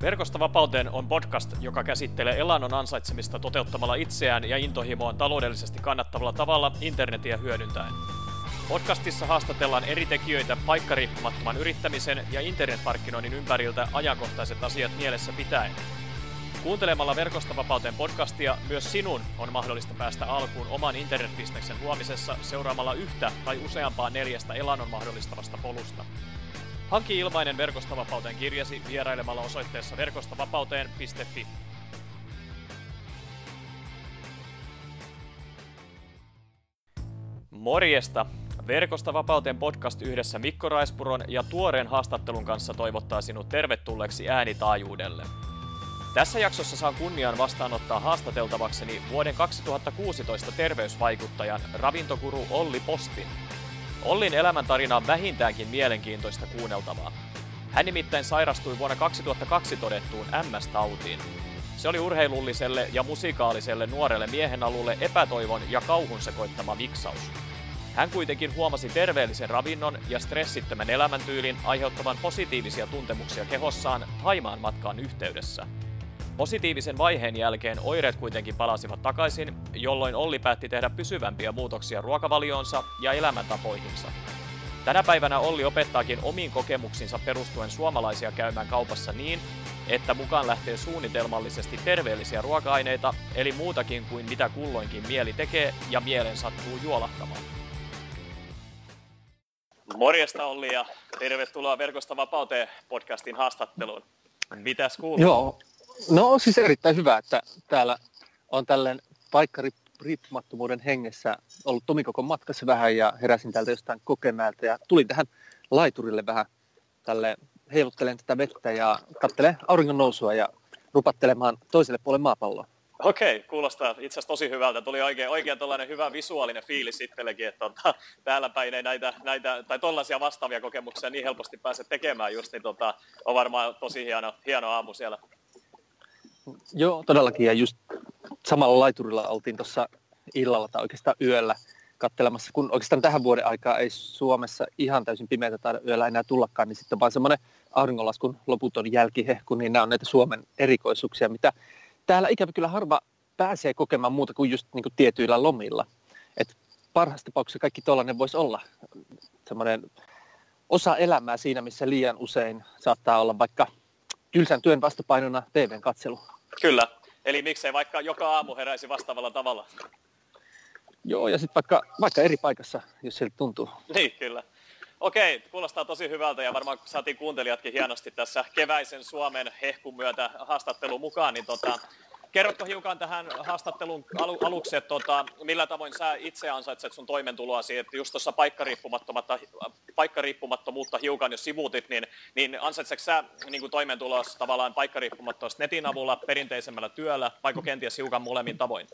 Verkosta vapauteen on podcast, joka käsittelee elannon ansaitsemista toteuttamalla itseään ja intohimoaan taloudellisesti kannattavalla tavalla internetiä hyödyntäen. Podcastissa haastatellaan eri tekijöitä paikkariippumattoman yrittämisen ja internetmarkkinoinnin ympäriltä ajankohtaiset asiat mielessä pitäen. Kuuntelemalla Verkosta vapauteen podcastia myös sinun on mahdollista päästä alkuun oman internetbisneksen luomisessa seuraamalla yhtä tai useampaa 4 elannon mahdollistavasta polusta. Hanki ilmainen Verkosta vapauteen kirjasi vierailemalla osoitteessa verkostavapauteen.fi. Morjesta! Verkosta vapauteen podcast yhdessä Mikko Raispuron ja tuoreen haastattelun kanssa toivottaa sinut tervetulleeksi äänitaajuudelle. Tässä jaksossa saan kunnian vastaanottaa haastateltavakseni vuoden 2016 terveysvaikuttajan ravintokuru Olli Postin. Ollin elämäntarina on vähintäänkin mielenkiintoista kuunneltavaa. Hän nimittäin sairastui vuonna 2002 todettuun MS-tautiin. Se oli urheilulliselle ja musikaaliselle nuorelle miehen alulle epätoivon ja kauhun sekoittama viksaus. Hän kuitenkin huomasi terveellisen ravinnon ja stressittömän elämäntyylin aiheuttavan positiivisia tuntemuksia kehossaan Thaimaan matkaan yhteydessä. Positiivisen vaiheen jälkeen oireet kuitenkin palasivat takaisin, jolloin Olli päätti tehdä pysyvämpiä muutoksia ruokavalioonsa ja elämäntapoihinsa. Tänä päivänä Olli opettaakin omiin kokemuksiinsa perustuen suomalaisia käymään kaupassa niin, että mukaan lähtee suunnitelmallisesti terveellisiä ruoka-aineita, eli muutakin kuin mitä kulloinkin mieli tekee ja mielen sattuu juolahtamaan. Morjesta Olli ja tervetuloa Verkosta vapauteen podcastin haastatteluun. Mitäs kuuluu? Joo, no siis erittäin hyvä, että täällä on tällainen paikkariippumattomuuden hengessä ollut Tomikokon matkassa vähän ja heräsin täältä jostain Kokemäeltä ja tulin tähän laiturille vähän tälle heiluttelen tätä vettä ja katselen auringon nousua ja rupattelemaan toiselle puolelle maapalloa. Okei, kuulostaa itse asiassa tosi hyvältä. Tuli oikein tollainen hyvä visuaalinen fiilis itsellekin, että täällä päin ei näitä tai tollaisia vastaavia kokemuksia niin helposti pääse tekemään just, niin on varmaan tosi hieno aamu siellä. Joo, todellakin, ja just samalla laiturilla oltiin tuossa illalla tai oikeastaan yöllä katselemassa, kun oikeastaan tähän vuoden aikaa ei Suomessa ihan täysin pimeätä taida yöllä enää tullakaan, niin sitten vaan semmoinen auringonlaskun loputon jälkihehku, niin nämä on näitä Suomen erikoisuuksia, mitä täällä ikävä kyllä harva pääsee kokemaan muuta kuin just niin kuin tietyillä lomilla. Et parhaassa tapauksessa kaikki tollainen voisi olla semmoinen osa elämää siinä, missä liian usein saattaa olla vaikka tylsän työn vastapainona TV:n katselu. Kyllä, eli miksei vaikka joka aamu heräisi vastaavalla tavalla. Joo, ja sitten vaikka eri paikassa, jos siltä tuntuu. Niin, kyllä. Okei, kuulostaa tosi hyvältä ja varmaan saatiin kuuntelijatkin hienosti tässä keväisen Suomen hehkun myötä haastatteluun mukaan, niin kerrotko hiukan tähän haastattelun aluksi, että millä tavoin sä itse ansaitset sun toimeentuloasi, että just tuossa paikkariippumattomuutta hiukan jos sivuutit, niin ansaitsetko sä niin toimeentuloa tavallaan paikkariippumattomasti netin avulla, perinteisemmällä työllä, vaiko kenties hiukan molemmin tavoin?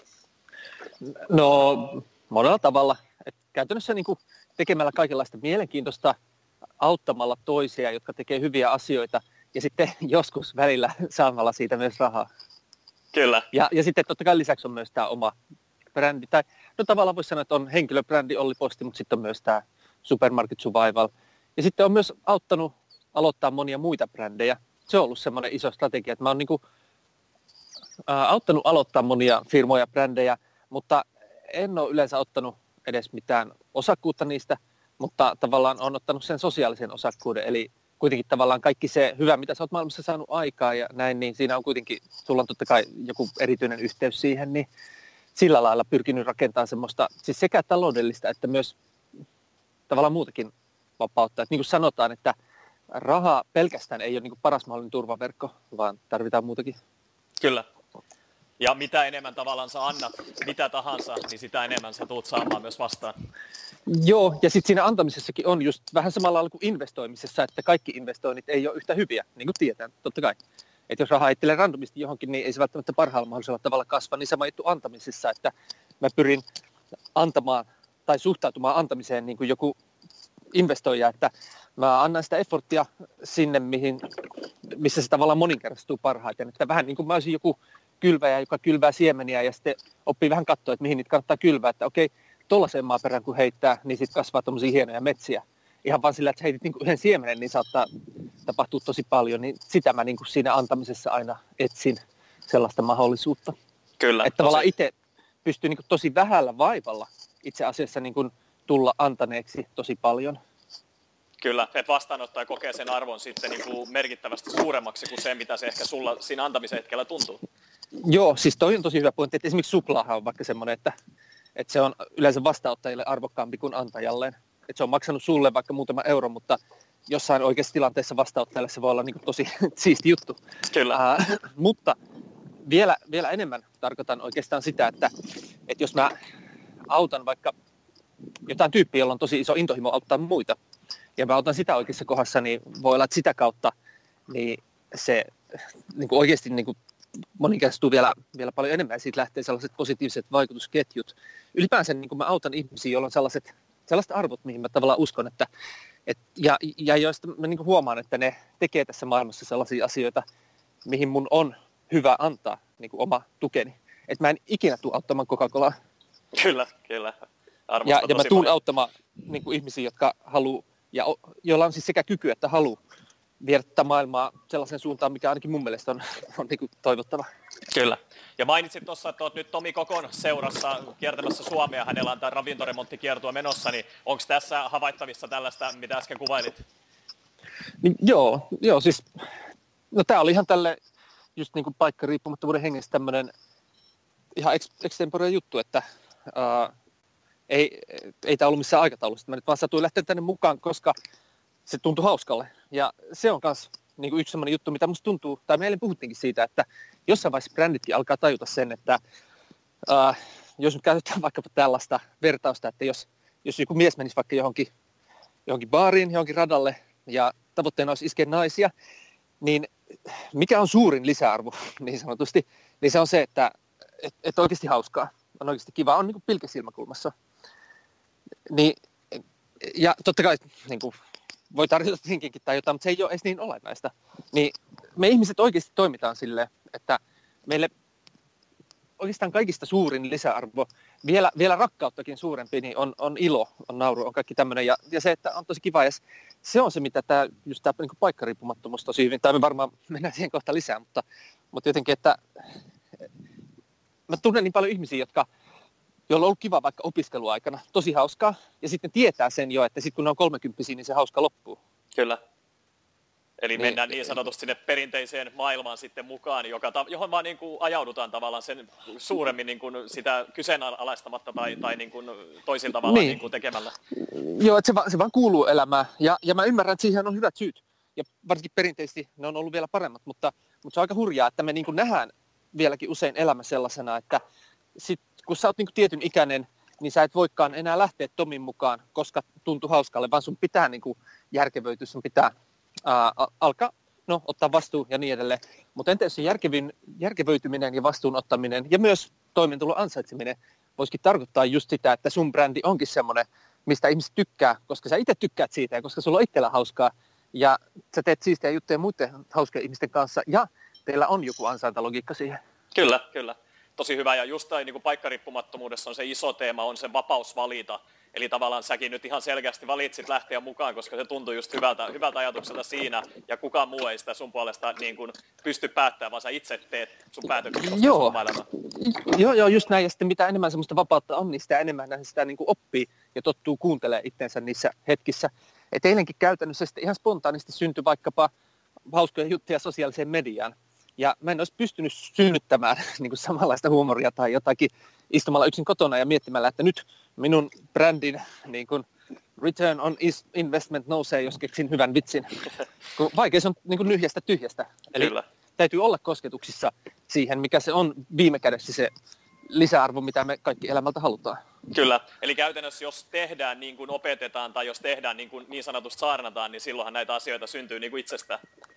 No, monella tavalla. Et käytännössä niin kuin tekemällä kaikenlaista mielenkiintoista, auttamalla toisia, jotka tekee hyviä asioita, ja sitten joskus välillä saamalla siitä myös rahaa. Kyllä. Ja sitten totta kai lisäksi on myös tämä oma brändi, tai no tavallaan voisi sanoa, että on henkilöbrändi Olli Posti, mutta sitten on myös tämä Supermarket Survival. Ja sitten on myös auttanut aloittaa monia muita brändejä. Se on ollut semmoinen iso strategia, että mä oon niinku, auttanut aloittaa monia firmoja, brändejä, mutta en ole yleensä ottanut edes mitään osakkuutta niistä, mutta tavallaan on ottanut sen sosiaalisen osakkuuden, eli kuitenkin tavallaan kaikki se hyvä, mitä sä oot maailmassa saanut aikaa ja näin, niin siinä on kuitenkin, sulla on totta kai joku erityinen yhteys siihen, niin sillä lailla pyrkinyt rakentamaan semmoista, siis sekä taloudellista että myös tavallaan muutakin vapautta. Että niin kuin sanotaan, että raha pelkästään ei ole niin kuin paras mahdollinen turvaverkko, vaan tarvitaan muutakin. Kyllä. Ja mitä enemmän tavallaan sä annat, mitä tahansa, niin sitä enemmän sä tulet saamaan myös vastaan. Joo, ja sitten siinä antamisessakin on just vähän samalla lailla kuin investoimisessa, että kaikki investoinnit ei ole yhtä hyviä, niin kuin tiedetään, totta kai. Että jos raha heittelee randomisti johonkin, niin ei se välttämättä parhaalla mahdollisella tavalla kasva, niin sama juttu antamisessa, että mä pyrin antamaan tai suhtautumaan antamiseen niin kuin joku investoija, että mä annan sitä efforttia sinne, missä se tavallaan moninkertaistuu parhaiten. Että vähän niin kuin mä olisin joku kylväjä, joka kylvää siemeniä ja sitten oppii vähän katsoa, että mihin niitä kannattaa kylvää, että okei, tuollaiseen maaperään kun heittää, niin sitten kasvaa tuommoisia hienoja metsiä. ihan vaan sillä, että sä heitit niin kuin yhden siemenen, niin saattaa tapahtua tosi paljon, niin sitä mä niin kuin siinä antamisessa aina etsin sellaista mahdollisuutta. Kyllä. Että tavallaan itse pystyy niin kuin tosi vähällä vaivalla itse asiassa niin kuin tulla antaneeksi tosi paljon. Kyllä, että vastaanottaja kokee sen arvon sitten niin kuin merkittävästi suuremmaksi kuin se, mitä se ehkä sulla siinä antamisen hetkellä tuntuu. Joo, siis toi on tosi hyvä pointti, että esimerkiksi suklaahan on vaikka semmoinen, että se on yleensä vastaanottajille arvokkaampi kuin antajalleen. Että se on maksanut sulle vaikka muutama euro, mutta jossain oikeassa tilanteessa vastaanottajalle se voi olla niin kuin tosi siisti juttu. Kyllä. Mutta vielä enemmän tarkoitan oikeastaan sitä, että jos mä autan vaikka jotain tyyppiä, jolla on tosi iso intohimo auttaa muita, ja mä autan sitä oikeassa kohdassa, niin voi olla, että sitä kautta niin se niin kuin oikeasti niin kuin moninkertaistuu vielä paljon enemmän, ja siitä lähtee sellaiset positiiviset vaikutusketjut. Ylipäänsä niin kuin mä autan ihmisiä, joilla on sellaiset arvot, mihin mä tavallaan uskon, ja joista mä niin kuin huomaan, että ne tekee tässä maailmassa sellaisia asioita, mihin mun on hyvä antaa niin kuin oma tukeni. Että mä en ikinä tule auttamaan Coca-Colaa. Kyllä. Ja mä tuun auttamaan niin kuin ihmisiä, jotka haluaa, ja joilla on siis sekä kyky että halu viedä tätä maailmaa sellaisen suuntaan, mikä ainakin mun mielestä on niin kuin toivottava. Kyllä. Ja mainitsit tuossa, että olet nyt Tomi Kokon seurassa kiertämässä Suomea. Hänellä on tämä ravintoremonttikiertue menossa, niin onko tässä havaittavissa tällaista, mitä äsken kuvailit? Niin, joo, siis no tää oli ihan tälle just niin kuin paikkariippumattomuuden hengessä tämmöinen ihan extempore juttu, että ei tämä ollut missään aikataulussa. Mä nyt vaan satuin lähteä tänne mukaan, koska se tuntui hauskalle. Ja se on myös niin yksi sellainen juttu, mitä musta tuntuu, tai meille puhuttiinkin siitä, että jossain vaiheessa bränditkin alkaa tajuta sen, että jos nyt käytetään vaikkapa tällaista vertausta, että jos joku mies menisi vaikka johonkin baariin, johonkin radalle, ja tavoitteena olisi iskeä naisia, niin mikä on suurin lisäarvo niin sanotusti, niin se on se, että oikeasti hauskaa, on oikeasti kiva, on niin kuin pilke silmäkulmassa. Niin, ja totta kai niin kuin, voi tarjota tinkinkin tai jotain, mutta se ei ole edes niin olennaista. Niin me ihmiset oikeasti toimitaan silleen, että meille oikeastaan kaikista suurin lisäarvo, vielä rakkauttakin suurempi, niin on ilo, on nauru, on kaikki tämmöinen. Ja se, että on tosi kiva, ja se on se, mitä tämä niin paikkariippumattomuus tosi hyvin, tai me varmaan mennään siihen kohta lisää, mutta jotenkin, että mä tunnen niin paljon ihmisiä, joilla on ollut kiva vaikka opiskeluaikana, tosi hauskaa, ja sitten tietää sen jo, että sitten kun ne on 30, niin se hauska loppuu. Kyllä. Eli mennään niin sanotusti sinne perinteiseen maailmaan sitten mukaan, johon vaan niin kuin ajaudutaan tavallaan sen suuremmin niin kuin sitä kyseenalaistamatta tai niin kuin toisilla tavalla niin kuin tekemällä. Joo, että se vaan kuuluu elämään, ja mä ymmärrän, että siihen on hyvät syyt, ja varsinkin perinteisesti ne on ollut vielä paremmat, mutta se on aika hurjaa, että me niin kuin nähdään vieläkin usein elämä sellaisena, että kun sä oot niin kuin tietyn ikäinen, niin sä et voikaan enää lähteä Tomin mukaan, koska tuntuu hauskalle, vaan sun pitää niin kuin järkevöityä, sun pitää alkaa ottaa vastuu ja niin edelleen. Mutta entä jos se järkevöityminen ja vastuun ottaminen ja myös toimeentulon ansaitseminen voisikin tarkoittaa just sitä, että sun brändi onkin semmoinen, mistä ihmiset tykkää, koska sä itse tykkäät siitä ja koska sulla on itsellä hauskaa ja sä teet siistiä juttuja muiden hauskien ihmisten kanssa ja teillä on joku ansaintalogiikka siihen. Kyllä. Tosi hyvä, ja just niin kuin paikkariippumattomuudessa on se iso teema, on se vapaus valita. Eli tavallaan säkin nyt ihan selkeästi valitsit lähteä mukaan, koska se tuntui just hyvältä ajatukselta siinä, ja kukaan muu ei sitä sun puolesta niin kuin pysty päättämään, vaan sä itse teet sun päätökset, koska Joo, just näin, ja sitten mitä enemmän semmoista vapautta on, niin sitä enemmän sitä niin kuin oppii ja tottuu kuuntelemaan itsensä niissä hetkissä. Et eilenkin käytännössä sitten ihan spontaanisti syntyi vaikkapa hauskoja juttuja sosiaaliseen mediaan. Ja mä en olisi pystynyt synnyttämään niin kuin samanlaista huumoria tai jotakin istumalla yksin kotona ja miettimällä, että nyt minun brändin niin kuin return on investment nousee, jos keksin hyvän vitsin. Kun vaikea se on niin kuin nyhjästä tyhjästä. Eli Kyllä. Täytyy olla kosketuksissa siihen, mikä se on viime kädessä se lisäarvo, mitä me kaikki elämältä halutaan. Kyllä. Eli käytännössä jos tehdään niin kuin opetetaan tai jos tehdään niin sanotusti saarnataan, niin silloinhan näitä asioita syntyy niin kuin itsestään.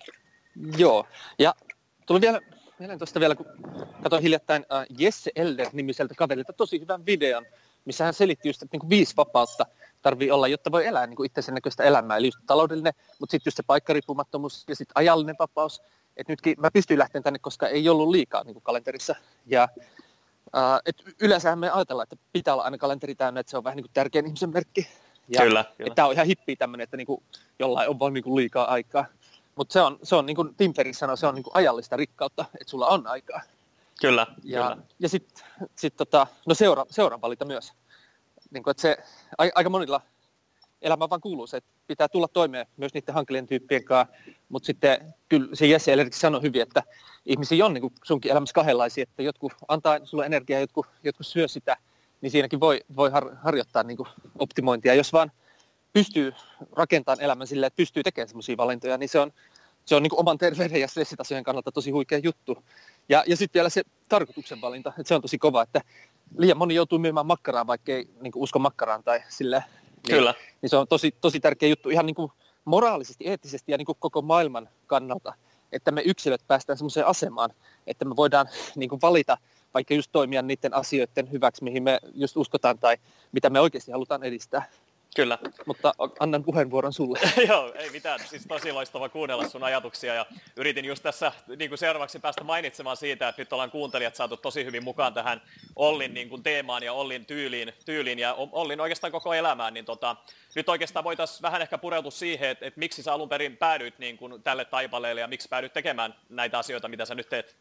Joo. Ja tuli vielä tuosta kun katsoin hiljattain Jesse Elder-nimiseltä kaverilta tosi hyvän videon, missä hän selitti just, että niin kuin 5 vapautta tarvii olla, jotta voi elää niin kuin itsensä näköistä elämää. Eli just taloudellinen, mutta sitten just se paikkariippumattomuus ja sitten ajallinen vapaus. Et nytkin mä pystyin lähtemään tänne, koska ei ollut liikaa niin kuin kalenterissa. Ja yleensähän me ajatellaan, että pitää olla aina kalenteri täynnä, että se on vähän niin kuin tärkein ihmisen merkki. Ja Kyllä. tämä on ihan hippiä tämmöinen, että niinku, jollain on vaan niinku liikaa aikaa. Mutta se on niin kuin Tim Ferriss sanoi, se on niin kuin ajallista rikkautta, että sulla on aikaa. Kyllä. Ja sitten seuran valita myös. Niin kuin, että se aika monilla elämä vaan kuuluu se, että pitää tulla toimeen myös niiden hankalien tyyppien kanssa. Mutta sitten kyllä se Jesse Ellerkin sanoi hyvin, että ihmisiä on niin kuin sunkin elämässä kahdenlaisia, että jotkut antaa sulle energiaa, jotkut syö sitä, niin siinäkin voi harjoittaa niin kuin optimointia. Jos vaan pystyy rakentamaan elämän silleen, että pystyy tekemään semmoisia valintoja, niin se on niin kuin oman terveyden ja stressitasojen kannalta tosi huikea juttu. Ja sitten vielä se tarkoituksen valinta, että se on tosi kova, että liian moni joutuu myymään makkaraa, vaikka ei niin kuin usko makkaraan tai silleen. Kyllä. Niin se on tosi tärkeä juttu ihan niin kuin moraalisesti, eettisesti ja niin kuin koko maailman kannalta, että me yksilöt päästään semmoiseen asemaan, että me voidaan niin kuin valita vaikka just toimia niiden asioiden hyväksi, mihin me just uskotaan tai mitä me oikeasti halutaan edistää. Kyllä. Mutta annan puheenvuoron sulle. Joo, ei mitään. Siis tosi loistava kuunnella sun ajatuksia ja yritin just tässä niin kuin seuraavaksi päästä mainitsemaan siitä, että nyt ollaan kuuntelijat saatu tosi hyvin mukaan tähän Ollin niin kuin teemaan ja Ollin tyyliin ja Ollin oikeastaan koko elämään. Niin nyt oikeastaan voitaisiin vähän ehkä pureutua siihen, että miksi sä alun perin päädyit niin kuin tälle taipaleelle ja miksi päädyit tekemään näitä asioita, mitä sä nyt teet?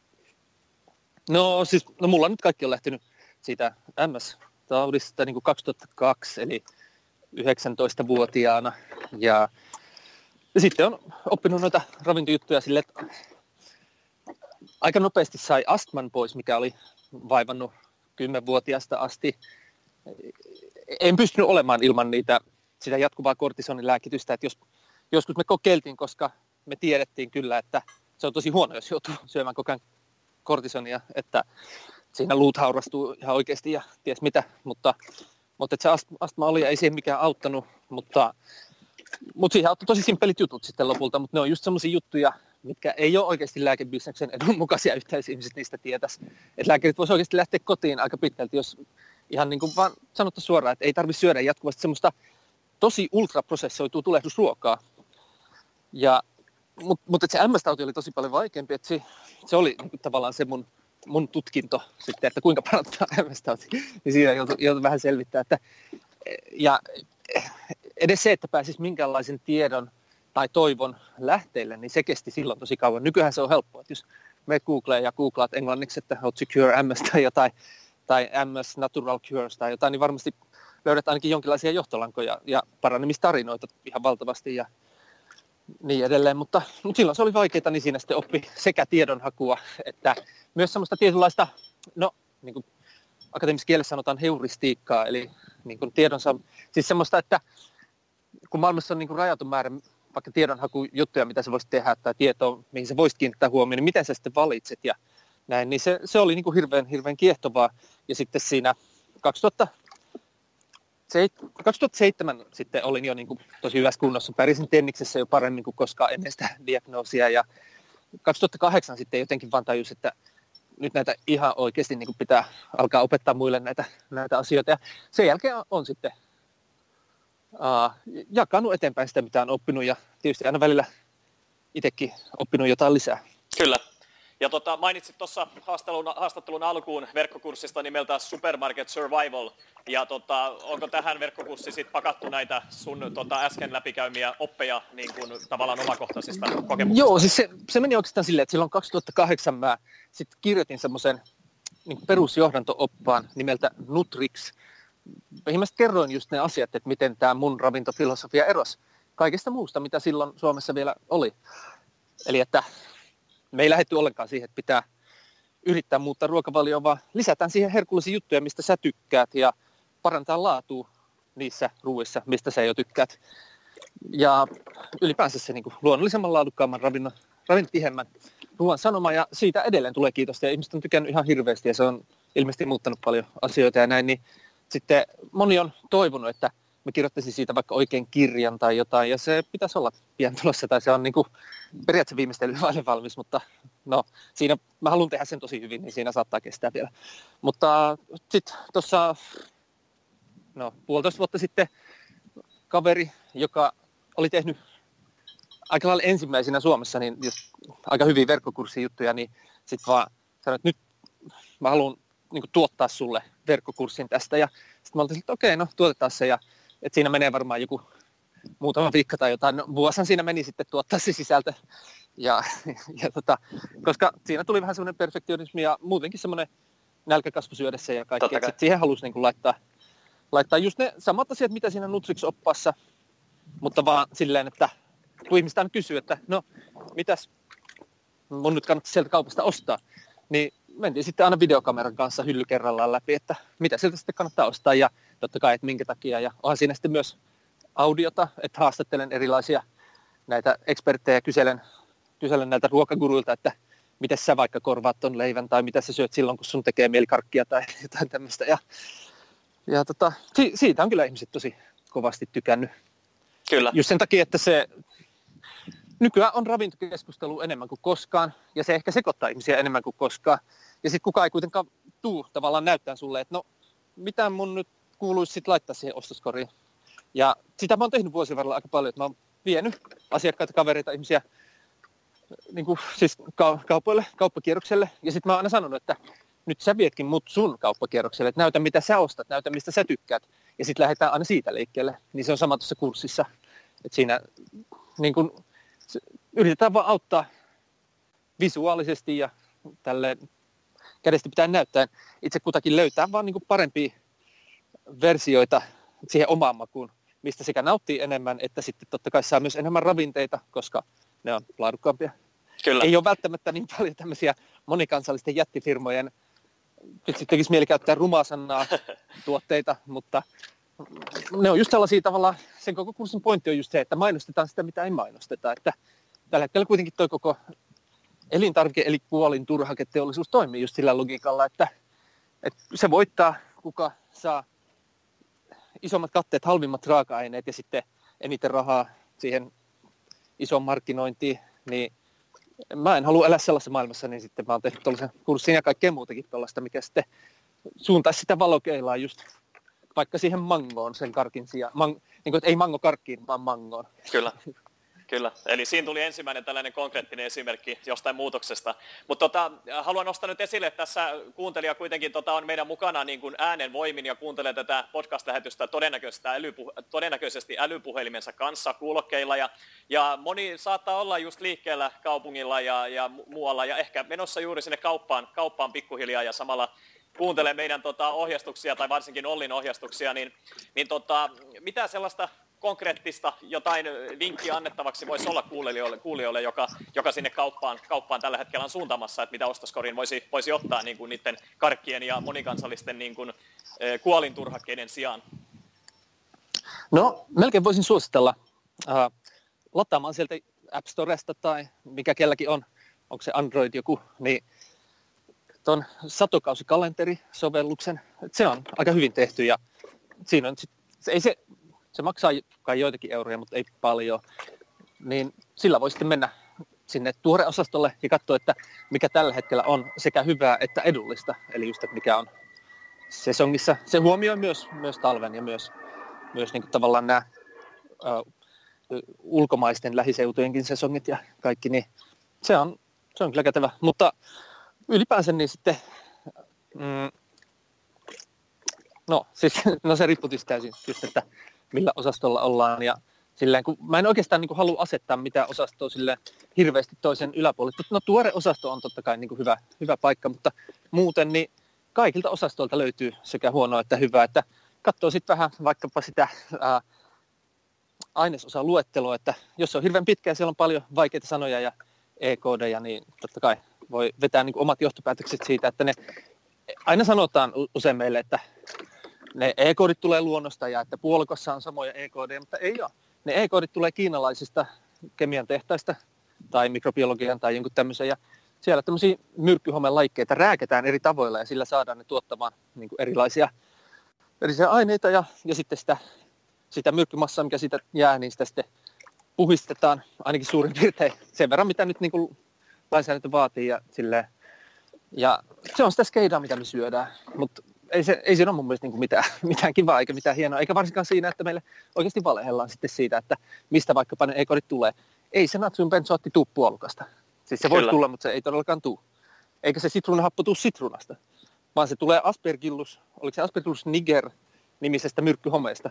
No mulla nyt kaikki on lähtenyt siitä MS-taudista niin kuin 2002, eli 19-vuotiaana. Ja sitten on oppinut noita ravintojuttuja silleen, että aika nopeasti sai astman pois, mikä oli vaivannut 10-vuotiaasta asti. En pystynyt olemaan ilman sitä jatkuvaa kortisonilääkitystä, että joskus me kokeiltiin, koska me tiedettiin kyllä, että se on tosi huono, jos joutuu syömään koko ajan kortisonia, että siinä luut haurastuu ihan oikeasti ja ties mitä, mutta se astma oli ja ei siihen mikään auttanut, mutta siihen auttoi tosi simppelit jutut sitten lopulta, mutta ne on just semmoisia juttuja, mitkä ei ole oikeasti lääkebisneksen edun mukaisia yhtä, ihmiset niistä tietäisi. Että lääkärit voisi oikeasti lähteä kotiin aika pitkälti, jos ihan niin kuin vaan sanottaisiin suoraan, että ei tarvitse syödä jatkuvasti semmoista tosi ultraprosessoitua tulehdusruokaa. Mutta se MS-tauti oli tosi paljon vaikeampi, että se oli niin kuin tavallaan se mun tutkinto sitten, että kuinka parantaa MS-tauti, niin siinä joutui vähän selvittää. Ja edes se, että pääsisi minkäänlaisen tiedon tai toivon lähteille, niin se kesti silloin tosi kauan. Nykyään se on helppoa, että jos menet Googleen ja googlaat englanniksi, että how to cure MS tai jotain, tai MS natural cures tai jotain, niin varmasti löydät ainakin jonkinlaisia johtolankoja ja paranemistarinoita ihan valtavasti ja niin edelleen, mutta silloin se oli vaikeaa, niin siinä sitten oppi sekä tiedonhakua, että myös semmoista tietynlaista, niin kuin akateemisessa kielessä sanotaan heuristiikkaa, eli niin kuin siis semmoista, että kun maailmassa on niin kuin rajaton määrä vaikka tiedonhakujuttuja, mitä sä voisit tehdä, tai tietoa, mihin sä voisit kiinnittää huomioon, niin miten sä sitten valitset ja näin, niin se oli niin kuin hirveän kiehtovaa, ja sitten siinä 2007 sitten olin jo niin kuin tosi hyvässä kunnossa. Pärjäsin tenniksessä jo paremmin kuin koskaan ennen sitä diagnoosia. Ja 2008 sitten jotenkin vaan tajus, että nyt näitä ihan oikeasti niin kuin pitää alkaa opettaa muille näitä asioita. Ja sen jälkeen on sitten jakanut eteenpäin sitä, mitä on oppinut. Ja tietysti aina välillä itsekin oppinut jotain lisää. Kyllä. Ja mainitsit tuossa haastattelun alkuun verkkokurssista nimeltä Supermarket Survival. Ja onko tähän verkkokurssiin sit pakattu näitä sun äsken läpikäymiä oppeja niin kuin tavallaan omakohtaisista kokemuksista? Joo, siis se meni oikeastaan silleen, että silloin 2008 mä sit kirjoitin semmoisen niin perusjohdanto-oppaan nimeltä Nutrix. Mä kerroin just ne asiat, että miten tämä mun ravintofilosofia erosi kaikesta muusta, mitä silloin Suomessa vielä oli. Eli että me ei lähdetty ollenkaan siihen, että pitää yrittää muuttaa ruokavalioa, vaan lisätään siihen herkullisia juttuja, mistä sä tykkäät ja parantaa laatua niissä ruuissa, mistä sä jo tykkäät. Ja ylipäänsä se niin kuin luonnollisemman, laadukkaamman, ravintotihemmän ruoan sanoma, ja siitä edelleen tulee kiitosta, ja ihmiset on tykännyt ihan hirveästi, ja se on ilmeisesti muuttanut paljon asioita ja näin, niin sitten moni on toivonut, että mä kirjoittaisin siitä vaikka oikein kirjan tai jotain, ja se pitäisi olla pian tulossa, tai se on niin kuin periaatteessa viimeistely valmis, mutta siinä mä haluan tehdä sen tosi hyvin, niin siinä saattaa kestää vielä. Mutta sitten tuossa 1,5 vuotta sitten kaveri, joka oli tehnyt aika lailla ensimmäisenä Suomessa niin just aika hyviä verkkokurssijuttuja, niin sitten vaan sanoi, että nyt mä haluan niin kuin tuottaa sulle verkkokurssin tästä, ja sitten mä olin, että okei, tuotetaan se, ja että siinä menee varmaan joku muutama viikko tai jotain. No, vuosihan siinä meni sitten tuottaa se sisältö. Koska siinä tuli vähän semmoinen perfektionismi ja muutenkin semmoinen nälkäkasvu syödessä ja kaikki. Siihen halusi niin kuin laittaa just ne samat asiat, mitä siinä Nutrix-oppaassa, mutta vaan silleen, että kun ihmistä aina kysyy, että no, mitäs mun nyt kannattaa sieltä kaupasta ostaa, niin mentiin sitten aina videokameran kanssa hylly kerrallaan läpi, että mitä sieltä sitten kannattaa ostaa ja totta kai, että minkä takia. Ja onhan siinä sitten myös audiota, että haastattelen erilaisia näitä eksperttejä ja kyselen näiltä ruokaguruilta, että miten sä vaikka korvaat ton leivän tai mitä sä syöt silloin, kun sun tekee mieli karkkia tai jotain tämmöistä. Ja siitä on kyllä ihmiset tosi kovasti tykännyt. Kyllä. Just sen takia, että se nykyään on ravintokeskustelu enemmän kuin koskaan, ja se ehkä sekoittaa ihmisiä enemmän kuin koskaan. Ja sitten kukaan ei kuitenkaan tuu tavallaan näyttämään sulle, että no, mitä mun nyt kuuluisi sitten laittaa siihen ostoskoriin. Ja sitä mä oon tehnyt vuosien varrella aika paljon, että mä oon vienyt asiakkaita, kavereita, ihmisiä niin kuin, siis kauppakierrokselle. Ja sitten mä oon aina sanonut, että nyt sä vietkin mut sun kauppakierrokselle, että näytä mitä sä ostat, näytä mistä sä tykkäät. Ja sitten lähdetään aina siitä liikkeelle. Niin se on sama tuossa kurssissa, että siinä niin kun, yritetään vaan auttaa visuaalisesti ja tälleen kädestä pitää näyttää. Itse kutakin löytää vaan niin kuin parempia versioita siihen omaan makuun, mistä sekä nauttii enemmän, että sitten totta kai saa myös enemmän ravinteita, koska ne on laadukkaampia. Kyllä. Ei ole välttämättä niin paljon tämmöisiä monikansallisten jättifirmojen, nyt tekisi mieli käyttää rumaa sanaa, tuotteita, mutta ne on just sellaisia tavallaan, sen koko kurssin pointti on just se, että mainostetaan sitä, mitä ei mainosteta. Että tällä hetkellä kuitenkin toi koko elintarvike- eli kuolinturhaketeollisuus toimii just sillä logiikalla, että se voittaa, kuka saa isommat katteet, halvimmat raaka-aineet ja sitten eniten rahaa siihen isoon markkinointiin, niin mä en halua elää sellaisessa maailmassa, niin sitten mä oon tehnyt tuollaisen kurssin ja kaikkea muutakin tuollaista, mikä sitten suuntaisi sitä valokeilaa just vaikka siihen mangoon sen karkin sijaan. Niin kuin, että ei mango karkkiin, vaan mangoon. Kyllä. Eli siinä tuli ensimmäinen tällainen konkreettinen esimerkki jostain muutoksesta. Mutta haluan nostaa nyt esille, että tässä kuuntelija kuitenkin on meidän mukana niin kuin äänen voimin ja kuuntelee tätä podcast-lähetystä todennäköisesti älypuhelimensa kanssa kuulokkeilla. Ja moni saattaa olla just liikkeellä kaupungilla ja muualla ja ehkä menossa juuri sinne kauppaan pikkuhiljaa ja samalla kuuntelee meidän ohjeistuksia tai varsinkin Ollin ohjeistuksia, niin mitä sellaista konkreettista jotain vinkkiä annettavaksi voisi olla kuulijoille joka sinne kauppaan tällä hetkellä on suuntaamassa, että mitä ostoskoriin voisi ottaa niin kuin niiden karkkien ja monikansallisten niin kuin, kuolinturhakkeiden sijaan? No, melkein voisin suositella lataamaan sieltä App Storesta tai mikä kelläkin on, onko se Android joku, niin tuon satokausikalenteri-sovelluksen, se on aika hyvin tehty ja siinä on se maksaa kai joitakin euroja, mutta ei paljon, niin sillä voi sitten mennä sinne tuoreosastolle ja katsoa, että mikä tällä hetkellä on sekä hyvää että edullista, eli just, että mikä on sesongissa. Se huomioi myös talven ja myös niin kuin tavallaan nämä ulkomaisten lähiseutujenkin sesongit ja kaikki, niin se on kyllä kätevä, mutta ylipäänsä niin sitten, se riippuu täysin just, että millä osastolla ollaan ja silleen, kun mä en oikeastaan niin kuin halua asettaa mitään osastoa silleen hirveästi toisen yläpuolelle. No tuore osasto on totta kai niin kuin hyvä paikka, mutta muuten niin kaikilta osastoilta löytyy sekä huonoa että hyvää, että katsoo sitten vähän vaikkapa sitä ainesosaluetteloa, että jos se on hirveän pitkä ja siellä on paljon vaikeita sanoja ja e-koodeja, niin totta kai voi vetää niin kuin omat johtopäätökset siitä, että ne aina sanotaan usein meille, että ne e-koodit tulee luonnosta ja että puolikossa on samoja e-koodeja, mutta ei ole. Ne e-koodit tulee kiinalaisista kemian tehtaista tai mikrobiologian tai jonkun tämmöisen ja siellä tämmöisiä myrkkyhomelajikkeita rääketään eri tavoilla ja sillä saadaan ne tuottamaan niin kuin erilaisia aineita ja sitten sitä myrkkymassaa, mikä siitä jää, niin sitä sitten puhistetaan ainakin suurin piirtein sen verran, mitä nyt niin kuin lainsäädäntö vaatii ja silleen. Ja se on sitä skeidaa, mitä me syödään, mutta ei siinä ole mun mielestä niin mitään kivaa eikä mitään hienoa, eikä varsinkaan siinä, että meille oikeasti valehellaan sitten siitä, että mistä vaikkapa ne e-kodit tulee. Ei se natriumbensoatti tuu puolukasta. Siis se voi tulla, mutta se ei todellakaan tuu. Eikä se sitruunahappo tuu sitruunasta, vaan se tulee Aspergillus, oliko se Aspergillus niger nimisestä myrkkyhomeesta.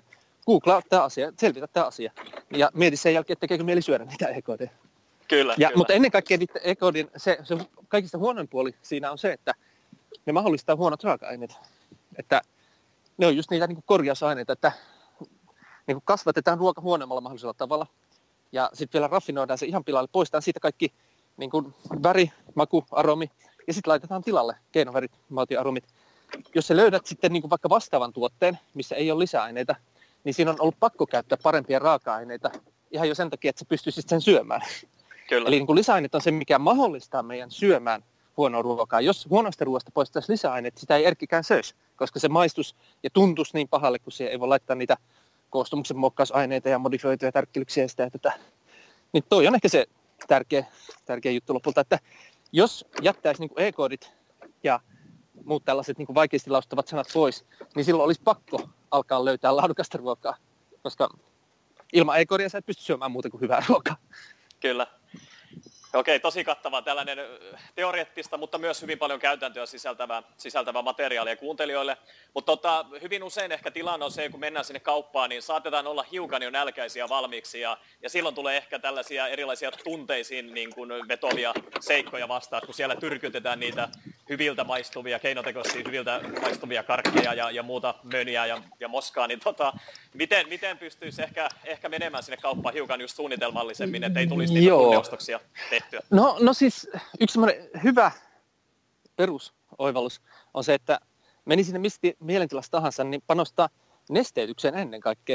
googlaa tämä asia, selvitä tämä asia. Ja mieti sen jälkeen, että tekeekö mieli syödä niitä EKD. Kyllä. Mutta ennen kaikkea niitä EKDin, se kaikista huonoin puoli siinä on se, että ne mahdollistaa huonot raaka-aineet. Että ne on just niitä niin kuin korjausaineita, että niin kuin kasvatetaan ruoka huonommalla mahdollisella tavalla. Ja sitten vielä raffinoidaan se ihan pilalle, poistetaan siitä kaikki niin kuin väri, maku, aromi. Ja sitten laitetaan tilalle keinovärit, mautioaromit. Jos sä löydät sitten niin kuin vaikka vastaavan tuotteen, missä ei ole lisäaineita, niin siinä on ollut pakko käyttää parempia raaka-aineita ihan jo sen takia, että sä pystyisit sen syömään. Kyllä. Eli niin kuin lisäaineet on se, mikä mahdollistaa meidän syömään huonoa ruokaa. Jos huonosta ruoasta poistaisi lisäaineet, sitä ei erkkikään söisi, koska se maistus ja tuntuisi niin pahalle, kun siihen ei voi laittaa niitä koostumuksen muokkausaineita ja modifioituja tärkkelyksiä ja sitä, että niin toi on ehkä se tärkeä juttu lopulta, että jos jättäisi niin kuin e-koodit ja muut tällaiset niin kuin vaikeasti laustavat sanat pois, niin silloin olisi pakko alkaa löytää laadukasta ruokaa, koska ilman e-koodia sä et pysty syömään muuta kuin hyvää ruokaa. Kyllä. Okei, tosi kattava tällainen teoreettista, mutta myös hyvin paljon käytäntöä sisältävä materiaalia kuuntelijoille. Mutta hyvin usein ehkä tilanne on se, kun mennään sinne kauppaan, niin saatetaan olla hiukan jo nälkäisiä valmiiksi. Ja silloin tulee ehkä tällaisia erilaisia tunteisiin niin kuin vetovia seikkoja vastaan, kun siellä tyrkytetään niitä hyviltä maistuvia, keinotekoisesti hyviltä maistuvia karkkeja ja muuta möniä ja moskaa. Niin miten pystyisi ehkä menemään sinne kauppaan hiukan just suunnitelmallisemmin, että ei tulisi niitä tunneostoksia tehtyä? No siis yksi semmoinen hyvä perusoivallus on se, että meni sinne mistä mielentilassa tahansa, niin panostaa nesteytykseen ennen kaikkea.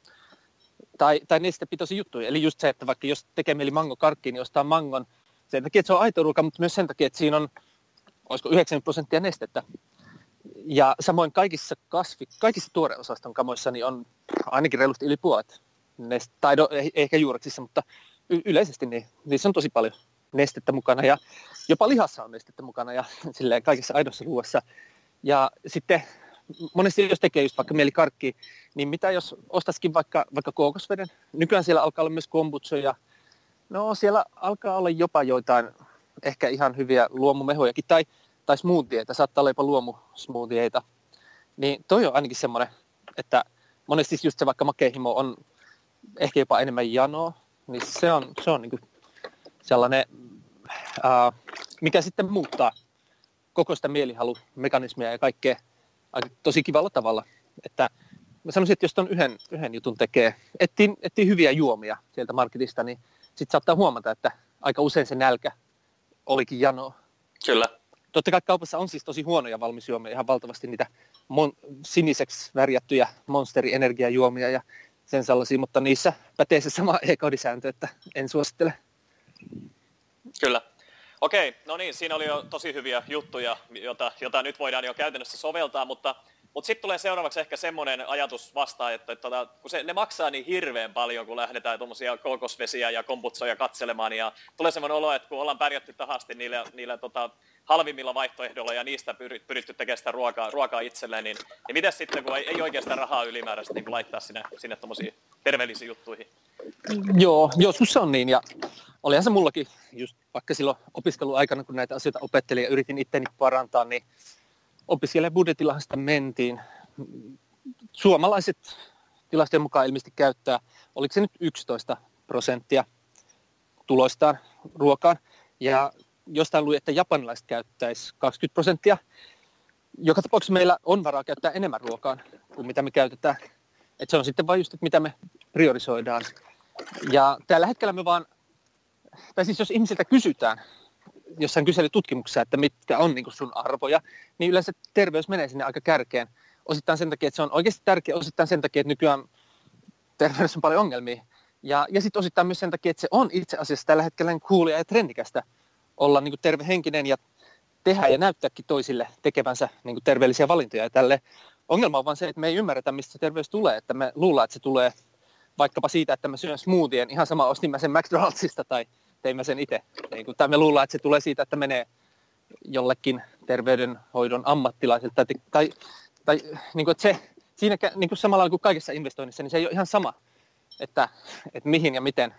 Tai nestepitoisia juttuja. Eli just se, että vaikka jos tekee mieli mangokarkkiin, niin ostaa mangon sen takia, että se on aito ruoka, mutta myös sen takia, että siinä on, olisiko 90% nestettä. Ja samoin kaikissa tuoreosaston kamoissa niin on ainakin reilusti yli puolet tai ehkä juureksissa, mutta yleisesti niissä on tosi paljon nestettä mukana ja jopa lihassa on nestettä mukana ja silleen kaikessa aidossa ruoassa. Ja sitten monesti jos tekee just vaikka mieli karkkia, niin mitä jos ostaisikin vaikka kookosveden. Nykyään siellä alkaa olla myös kombuchoja. No siellä alkaa olla jopa joitain ehkä ihan hyviä luomumehojakin tai smoothieita, saattaa olla jopa luomusmoothieita. Niin toi on ainakin semmoinen, että monesti just se vaikka makeahimo on ehkä jopa enemmän janoa, niin se on niin kuin sellainen, mikä sitten muuttaa koko sitä mielihalumekanismia ja kaikkea tosi kivalla tavalla. Että mä sanoisin, että jos ton yhden jutun tekee, etsii hyviä juomia sieltä marketista, niin sitten saattaa huomata, että aika usein se nälkä olikin janoa. Kyllä. Totta kai kaupassa on siis tosi huonoja valmisjuomia, ihan valtavasti niitä siniseksi värjättyjä monsteri-energiajuomia ja sen sellaisia, mutta niissä pätee se sama e-koodisääntö, että en suosittele. Kyllä. Okei, no niin, siinä oli jo tosi hyviä juttuja, jota nyt voidaan jo käytännössä soveltaa, mutta sitten tulee seuraavaksi ehkä semmoinen ajatus vastaan, että kun ne maksaa niin hirveän paljon, kun lähdetään tuommoisia kookosvesiä ja kombutsoja katselemaan, ja tulee semmoinen olo, että kun ollaan pärjätty tahasti niillä halvimmilla vaihtoehdoilla ja niistä pyritty tekemään sitä ruokaa itselleen, niin miten sitten, kun ei oikeastaan rahaa ylimääräisesti niin laittaa sinne tuommoisiin terveellisiin juttuihin? Joo, joskus se on niin, ja olihan se mullakin just vaikka silloin opiskeluaikana, kun näitä asioita opettelin ja yritin itteni parantaa, niin opiskelijabudjetillahan sitä mentiin. Suomalaiset tilastojen mukaan ilmeisesti käyttää, oliko se nyt 11% tuloistaan ruokaan, ja jostain luin, että japanilaiset käyttäisi 20%. Joka tapauksessa meillä on varaa käyttää enemmän ruokaan kuin mitä me käytetään. Et se on sitten vain just, että mitä me priorisoidaan. Ja tällä hetkellä me vaan, tai siis jos ihmisiltä kysytään jossain kyselytutkimuksessa, että mitkä on niin kuin sun arvoja, niin yleensä terveys menee sinne aika kärkeen. Osittain sen takia, että se on oikeasti tärkeä, osittain sen takia, että nykyään terveydessä on paljon ongelmia. Ja sitten osittain myös sen takia, että se on itse asiassa tällä hetkellä coolia ja trendikästä olla niin kuin tervehenkinen ja tehdä ja näyttääkin toisille tekevänsä niin kuin terveellisiä valintoja. Ja tälle ongelma on vaan se, että me ei ymmärretä, mistä se terveys tulee. Että me luullaan, että se tulee vaikkapa siitä, että mä syön smoothien, ihan sama ostin mä sen McDonaldsista tai tein mä sen itse. Tai me luullaan, että se tulee siitä, että menee jollekin terveydenhoidon ammattilaiselta. Tai niin kuin, että se, siinä niin kuin samalla kuin kaikessa investoinnissa, niin se ei ole ihan sama, että mihin ja miten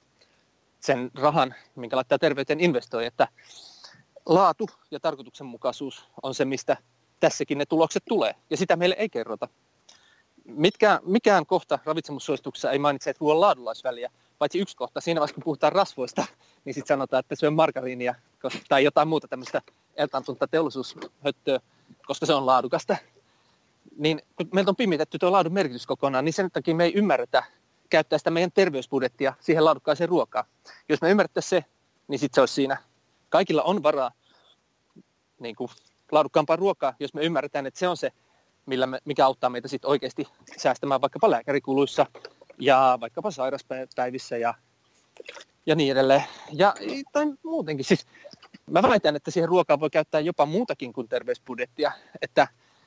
sen rahan, minkä laittaa terveyteen investoi. Että laatu ja tarkoituksenmukaisuus on se, mistä tässäkin ne tulokset tulee. Ja sitä meille ei kerrota. mikään kohta ravitsemussuosituksessa ei mainitse, että ruoan laadulla olisi väliä, paitsi yksi kohta. Siinä vaiheessa, kun puhutaan rasvoista, niin sitten sanotaan, että syö margariinia tai jotain muuta tämmöistä eltaantunutta teollisuushöttöä, koska se on laadukasta. Niin kun meiltä on pimitetty tuo laadun merkitys kokonaan, niin sen takia me ei ymmärretä käyttää sitä meidän terveysbudjettia siihen laadukkaaseen ruokaan. Jos me ymmärrettäisiin se, niin sitten se olisi siinä. Kaikilla on varaa niin kuin laadukkaampaa ruokaa, jos me ymmärretään, että se on se, mikä auttaa meitä sitten oikeasti säästämään vaikkapa lääkärikuluissa ja vaikkapa sairauspäivissä ja niin edelleen. Tai muutenkin. Siis mä väitän, että siihen ruokaan voi käyttää jopa muutakin kuin terveysbudjettia. Että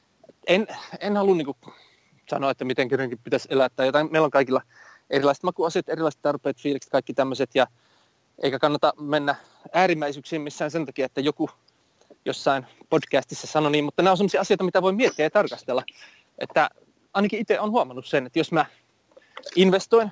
en halua niin kuin sanoa, että miten kerenkin pitäisi elää tai jotain. Meillä on kaikilla erilaiset makuasiat, erilaiset tarpeet, fiilikset, kaikki tämmöiset. Eikä kannata mennä äärimmäisyyksiin missään sen takia, että joku jossain podcastissa sanoi niin, mutta nämä on sellaisia asioita, mitä voi miettiä ja tarkastella. Että ainakin itse olen huomannut sen, että jos mä investoin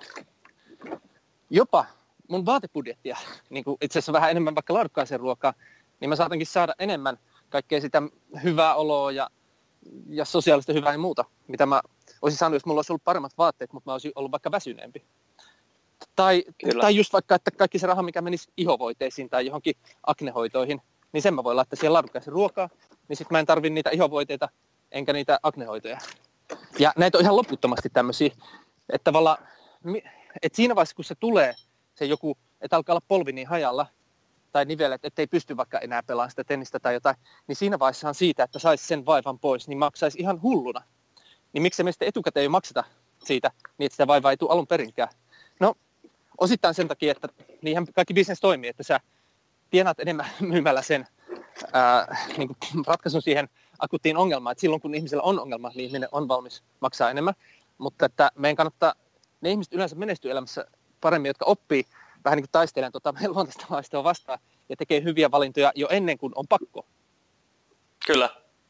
jopa mun vaatebudjettia, niin kuin itse asiassa vähän enemmän vaikka laadukkaaseen ruokaan, niin mä saatankin saada enemmän kaikkea sitä hyvää oloa ja sosiaalista hyvää ja muuta, mitä mä olisin saanut, jos mulla olisi ollut paremmat vaatteet, mutta mä olisin ollut vaikka väsyneempi. Tai just vaikka, että kaikki se raha, mikä menisi ihovoiteisiin tai johonkin aknehoitoihin, niin sen mä voin laittaa siihen laadukkaaseen ruokaan, niin sit mä en tarvi niitä ihovoiteita enkä niitä aknehoitoja. Ja näitä on ihan loputtomasti tämmöisiä, että tavallaan, että siinä vaiheessa kun se tulee se joku, että alkaa olla polvi niin hajalla tai nivelet, ettei pysty vaikka enää pelaamaan sitä tennistä tai jotain, niin siinä vaiheessahan siitä, että saisi sen vaivan pois, niin maksaisi ihan hulluna. Niin miksi me sitten etukäteen ei makseta siitä, niin että sitä vaivaa ei tule alun perinkään? No, osittain sen takia, että niinhän kaikki business toimii, että sä tienaat enemmän myymällä sen niin kuin ratkaisun siihen akuuttiin ongelmaan. Että silloin kun ihmisellä on ongelma, niin ihminen on valmis maksaa enemmän. Mutta että meidän kannattaa, ne ihmiset yleensä menestyy elämässä paremmin, jotka oppii vähän niin kuin taistelemaan meidän luontaista maistoa vastaan ja tekee hyviä valintoja jo ennen kuin on pakko. Kyllä.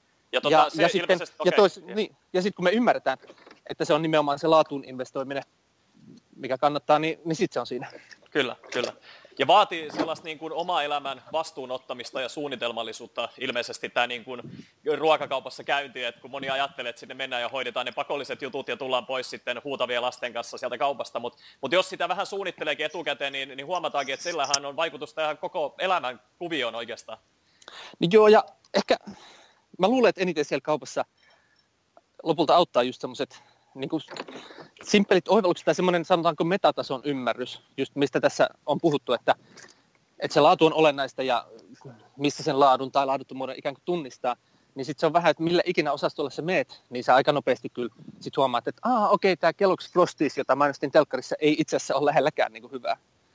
Ja sitten kun me ymmärretään, että se on nimenomaan se laatuun investoiminen, mikä kannattaa, niin sitten se on siinä. Kyllä. Ja vaatii sellaista niin kuin omaa elämän vastuunottamista ja suunnitelmallisuutta ilmeisesti tämä niin kuin ruokakaupassa käynti, että kun moni ajattelee, että sinne mennään ja hoidetaan ne pakolliset jutut ja tullaan pois sitten huutavien lasten kanssa sieltä kaupasta, mutta jos sitä vähän suunnitteleekin etukäteen, niin huomataankin, että sillähän on vaikutus tähän koko elämän kuvioon oikeastaan. Niin joo, ja ehkä mä luulen, että eniten siellä kaupassa lopulta auttaa just semmoiset niin kuin simppelit oivallukset tai semmoinen, sanotaanko metatason ymmärrys, just mistä tässä on puhuttu, että se laatu on olennaista ja missä sen laadun tai laaduttomuuden ikään kuin tunnistaa, niin sitten se on vähän, että millä ikinä osastolle sä meet, niin sä aika nopeasti kyllä sit huomaat, että okei, tämä Kellogg's Frosties, jota mainostin telkkarissa, ei itse asiassa ole lähelläkään niin kuin hyvää.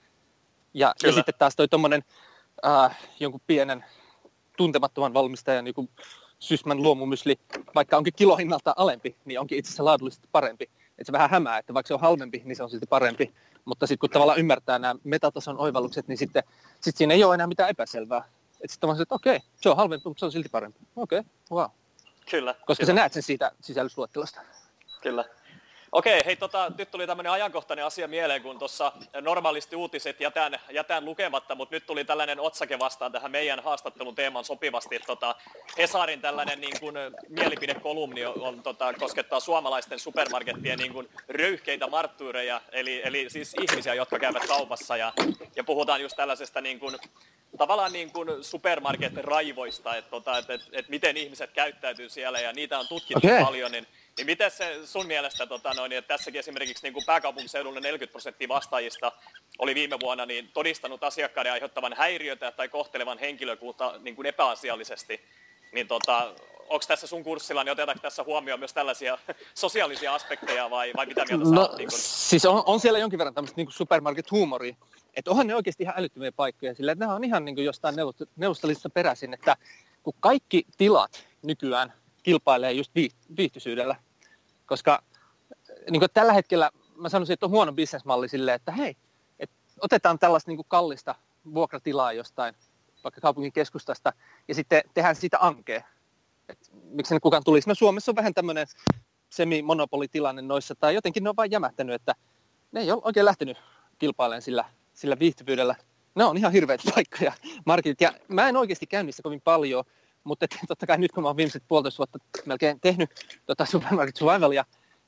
Ja sitten taas toi tommonen jonkun pienen tuntemattoman valmistajan niin Sysmän luomumysli, vaikka onkin kilohinnalta alempi, niin onkin itse asiassa laadullisesti parempi. Että se vähän hämää, että vaikka se on halvempi, niin se on silti parempi. Mutta sitten kun tavallaan ymmärtää nämä metatason oivallukset, niin sitten siinä ei ole enää mitään epäselvää. Että sitten vaan se, että okei, se on halvempi, mutta se on silti parempi. Okei, wow. Kyllä. Koska sä näet sen siitä sisällysluettelosta. Kyllä. Okei, hei, nyt tuli tämmöinen ajankohtainen asia mieleen, kun tuossa normaalisti uutiset jätän lukematta, mutta nyt tuli tällainen otsake vastaan tähän meidän haastattelun teemaan sopivasti. Hesarin tällainen niin kuin mielipidekolumni koskettaa suomalaisten supermarkettien niin kuin röyhkeitä marttyyreja, eli siis ihmisiä, jotka käyvät kaupassa ja puhutaan just tällaisesta niin kuin, tavallaan niin kuin supermarket-raivoista, että miten ihmiset käyttäytyy siellä ja niitä on tutkittu paljon, niin miten se sun mielestä, että tässäkin esimerkiksi niin kuin pääkaupunkiseudulla 40% vastaajista oli viime vuonna niin todistanut asiakkaiden aiheuttavan häiriötä tai kohtelevan henkilökuntaa niin kuin epäasiallisesti, niin onko tässä sun kurssilla, niin otetaanko tässä huomioon myös tällaisia sosiaalisia aspekteja vai mitä mieltä sä oot? Niin siis on siellä jonkin verran tämmöistä niin kuin supermarket-huumoria, että onhan ne oikeasti ihan älyttömiä paikkoja sillä, että nämä on ihan niin kuin jostain neuvostoliitosta peräisin, että kun kaikki tilat nykyään kilpailee just viihtyisyydellä, koska niin kuin tällä hetkellä mä sanoisin, että on huono bisnesmalli silleen, että hei, otetaan tällaista niin kuin kallista vuokratilaa jostain, vaikka kaupungin keskustasta, ja sitten tehdään siitä ankea. Miksi ne kukaan tulisi? No Suomessa on vähän tämmöinen semi-monopolitilanne noissa, tai jotenkin ne on vain jämähtänyt, että ne ei ole oikein lähtenyt kilpailemaan sillä viihtyvyydellä. Ne on ihan hirveitä paikkoja, marketit, ja mä en oikeasti käy niissä kovin paljon, mutta totta kai nyt kun mä oon viimeiset 1,5 vuotta melkein tehnyt Supermarket Survivalia,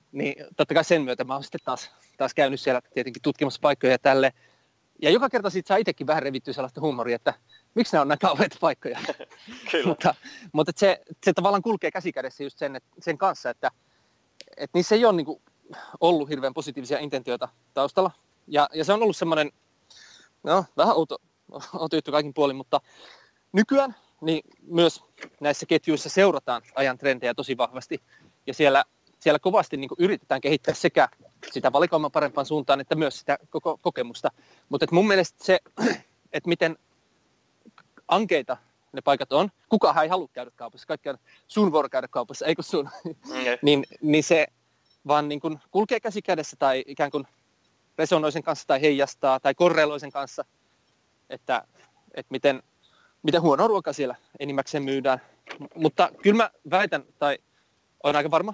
Niin totta kai sen myötä mä oon sitten taas käynyt siellä tietenkin tutkimassa paikkoja ja tälle. Ja joka kerta siitä saa itsekin vähän revittyä sellaista huumoria, että miksi nämä on näin kauheita paikkoja. mutta se tavallaan kulkee käsikädessä just sen kanssa, että niissä ei ole niinku ollut hirveän positiivisia intentioita taustalla. Ja se on ollut semmoinen, vähän outo juttu kaikin puolin, mutta nykyään niin myös näissä ketjuissa seurataan ajan trendejä tosi vahvasti. Ja siellä kovasti niin kuin yritetään kehittää sekä sitä valikoimaa parempaan suuntaan, että myös sitä koko kokemusta. Mutta mun mielestä se, että miten ankeita ne paikat on, kukaan ei halua käydä kaupassa, kaikki on sun vuoro käydä kaupassa, eikö sun? niin se vaan niin kuin kulkee käsi kädessä tai ikään kuin resonoi sen kanssa tai heijastaa tai korreloi sen kanssa, että miten huonoa ruokaa siellä enimmäkseen myydään. Mutta kyllä mä väitän, tai olen aika varma,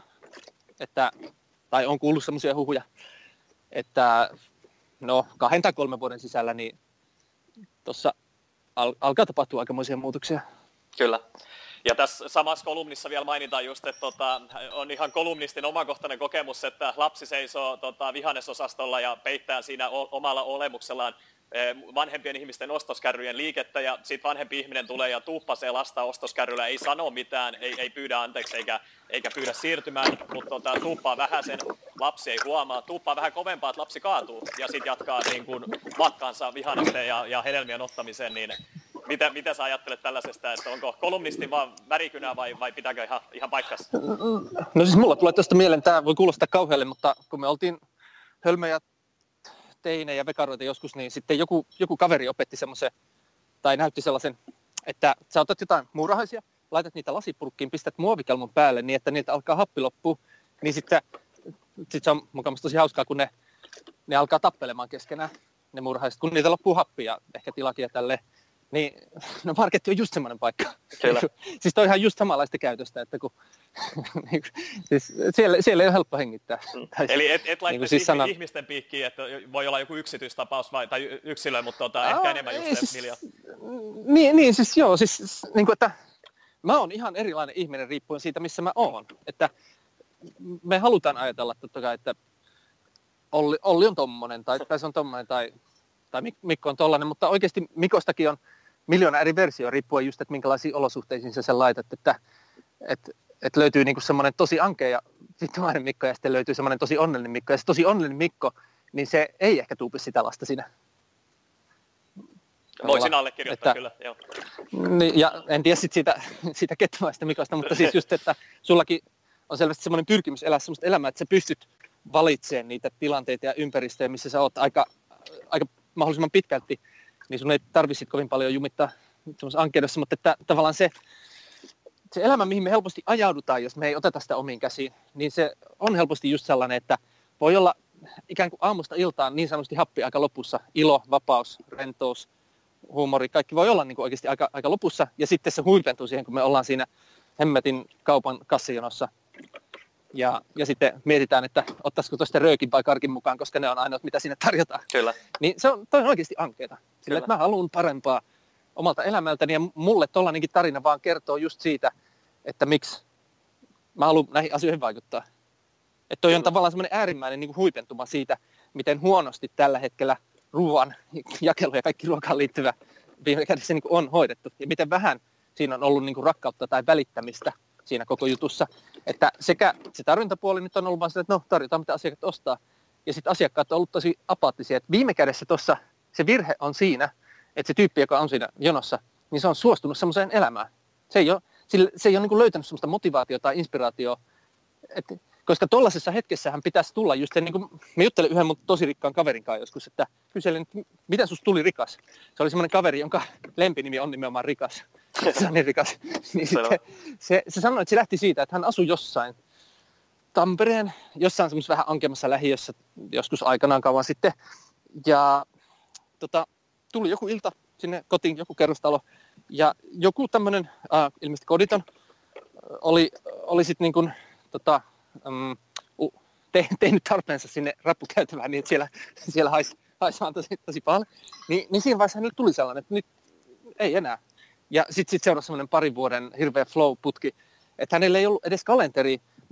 tai on kuullut semmoisia huhuja, että 2 tai 3 vuoden sisällä niin tuossa alkaa tapahtua aikamoisia muutoksia. Kyllä. Ja tässä samassa kolumnissa vielä mainitaan just, että on ihan kolumnistin omakohtainen kokemus, että lapsi seisoo vihannesosastolla ja peittää siinä omalla olemuksellaan vanhempien ihmisten ostoskärryjen liikettä, ja sitten vanhempi ihminen tulee ja tuuppasee lasta ostoskärryllä, ei sano mitään, ei pyydä anteeksi eikä pyydä siirtymään, mutta tuuppaa vähän sen, lapsi ei huomaa, tuuppaa vähän kovempaa, että lapsi kaatuu, ja sitten jatkaa niin kuin matkaansa vihannesten ja hedelmien ottamiseen, niin mitä sä ajattelet tällaisesta, että onko kolumnistin vaan värikynä vai pitääkö ihan paikkansa? No siis mulla tulee tuosta mieleen, tämä voi kuulostaa kauhealle, mutta kun me oltiin hölmöjä teinejä ja vekaroita joskus, niin sitten joku kaveri opetti semmoisen, tai näytti sellaisen, että sä otat jotain muurahaisia, laitat niitä lasipurkkiin, pistät muovikelmun päälle niin, että niiltä alkaa happi loppua, niin sitten se on mukavasti tosi hauskaa, kun ne alkaa tappelemaan keskenään, ne muurahaiset, kun niitä loppuu happia ja ehkä tilakin ja tälleen. Niin, marketti on just semmoinen paikka. Kyllä. Siis toi on ihan just samanlaista käytöstä, että kun siis siellä ei ole helppo hengittää. Eli et laittaisi ihmisten piikkiin, että voi olla joku yksityistapaus tai yksilö, mutta ehkä enemmän just se Milja. Niin, siis joo, siis niin kuin, että mä oon ihan erilainen ihminen riippuen siitä, missä mä oon. Että me halutaan ajatella totta kai, että Olli on tommonen, tai se on tommonen, tai Mikko on tollainen, mutta oikeasti Mikostakin on miljoona eri versio riippuen just, että minkälaisiin olosuhteisiin sä sen laitat, että löytyy niinku semmoinen tosi ankea ja vittumainen Mikko ja sitten löytyy semmoinen tosi onnellinen Mikko ja se tosi onnellinen Mikko, niin se ei ehkä tuupi sitä lasta siinä. Voisin allekirjoittaa kyllä, joo. Niin, ja en tiedä siitä kettumaista Mikosta, mutta siis just, että sullakin on selvästi semmoinen pyrkimys elää semmoista elämää, että sä pystyt valitsemaan niitä tilanteita ja ympäristöjä, missä sä oot aika mahdollisimman pitkälti, niin sun ei tarvitse kovin paljon jumittaa semmoisessa ankeudessa, mutta että tavallaan se elämä, mihin me helposti ajaudutaan, jos me ei oteta sitä omiin käsiin, niin se on helposti just sellainen, että voi olla ikään kuin aamusta iltaan niin sanotusti happi aika lopussa, ilo, vapaus, rentous, huumori, kaikki voi olla niin kuin oikeasti aika lopussa, ja sitten se huipentuu siihen, kun me ollaan siinä hemmetin kaupan kassijonossa. Ja sitten mietitään, että ottaisiko tuosta röökin vai karkin mukaan, koska ne on ainoat, mitä sinne tarjotaan. Kyllä. Niin toi on oikeasti ankeeta. Sillä, että mä haluan parempaa omalta elämältäni, ja mulle tollainenkin tarina vaan kertoo just siitä, että miksi mä haluan näihin asioihin vaikuttaa. Että toi on tavallaan semmoinen äärimmäinen niin kuin huipentuma siitä, miten huonosti tällä hetkellä ruoan jakelu ja kaikki ruokaan liittyvä viime kädessä niin kuin on hoidettu. Ja miten vähän siinä on ollut niin kuin rakkautta tai välittämistä siinä koko jutussa. Että sekä se tarjontapuoli nyt on ollut vaan sillä, että tarjotaan mitä asiakkaat ostaa. Ja sitten asiakkaat on ollut tosi apaattisia. Että viime kädessä tuossa se virhe on siinä, että se tyyppi, joka on siinä jonossa, niin se on suostunut semmoiseen elämään. Se ei ole niin kuin löytänyt semmoista motivaatiota tai inspiraatiota. Koska tuollaisessa hetkessähän pitäisi tulla just, niin kuin mä juttelin yhden mun tosi rikkaan kaverin kanssa joskus, että kyselin, että miten susta tuli rikas? Se oli semmoinen kaveri, jonka lempinimi on nimenomaan rikas. Se on niin rikas. Niin sitten se sanoi, että se lähti siitä, että hän asui jossain Tampereen, jossain semmoisessa vähän ankemmassa lähiössä joskus aikanaan kauan sitten. Ja tuli joku ilta sinne kotiin, joku kerrostalo, ja joku tämmöinen, ilmeisesti koditon, oli sitten niin kuin, tehnyt tarpeensa sinne rappukäytävään, niin että siellä haisi vaan tosi paljon. Niin siinä vaiheessa hänelle tuli sellainen, että nyt ei enää. Ja sitten seurasi semmoinen 2 vuoden hirveä flow-putki, että hänellä ei ollut edes kalenteri,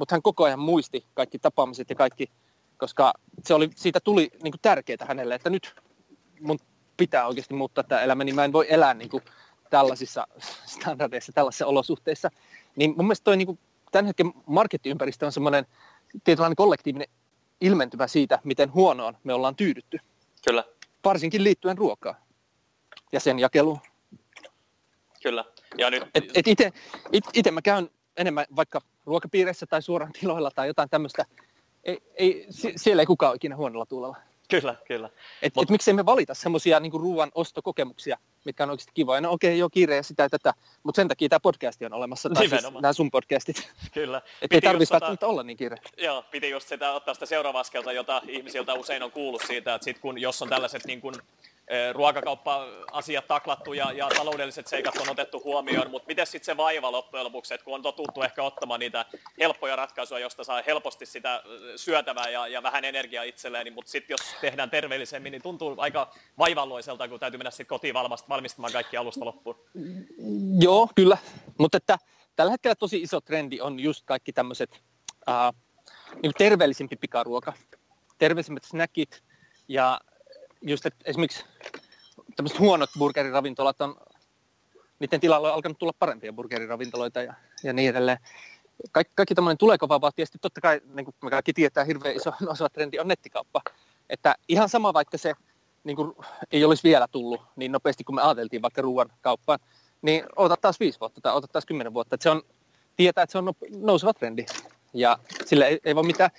mutta hän koko ajan muisti kaikki tapaamiset ja kaikki, koska siitä tuli niin kuin tärkeää hänelle, että nyt mun pitää oikeasti muuttaa tämä elämä, niin mä en voi elää niin kuin tällaisissa standardeissa, tällaisissa olosuhteissa. Niin mun mielestä toi niin kuin tämän hetken markettiympäristö on semmoinen tietynlainen kollektiivinen ilmentymä siitä, miten huonoon me ollaan tyydytty. Kyllä. Varsinkin liittyen ruokaan ja sen jakeluun. Kyllä. Ja nyt... Itse mä käyn enemmän vaikka ruokapiireissä tai suoraan tiloilla tai jotain tämmöistä. Siellä ei kukaan ole ikinä huonolla tuulella. Kyllä. Et miksei me valita semmoisia niinku ruoan ostokokemuksia, mitkä on oikeasti kivoja. No okei, joo, kiire ja sitä ja tätä, mutta sen takia tämä podcasti on olemassa, tai siis nämä sun podcastit. Kyllä. Että ei tarvitsisi välttämättä olla niin kiire. Joo, piti just sitä ottaa sitä seuraavaa askelta, jota ihmisiltä usein on kuullut siitä, että sit jos on tällaiset niin kuin ruokakauppa-asiat taklattu ja taloudelliset seikat on otettu huomioon, mutta miten sitten se vaiva loppujen lopuksi, että kun on totuttu ehkä ottamaan niitä helppoja ratkaisuja, josta saa helposti sitä syötävää ja vähän energiaa itselleen, niin, mutta sitten jos tehdään terveellisemmin, niin tuntuu aika vaivalloiselta, kun täytyy mennä sitten kotiin valmistamaan kaikki alusta loppuun. Joo, kyllä, mutta että tällä hetkellä tosi iso trendi on just kaikki tämmöiset niin terveellisempi pikaruoka, terveellisemmät snackit ja just, että esimerkiksi tämmöiset huonot burgeriravintolat niiden tilalla on alkanut tulla parempia burgeriravintoloita ja niin edelleen. Kaikki tämmöinen tulee kovaa vaan tietysti totta kai, niin kuin me kaikki tietää, hirveän iso osa trendi on nettikauppa. Että ihan sama vaikka se niin kuin ei olisi vielä tullut niin nopeasti kuin me ajateltiin vaikka ruoan kauppaan, niin ota taas 5 vuotta tai ota taas 10 vuotta. Että tietää, että se on nouseva trendi ja sillä ei voi mitään.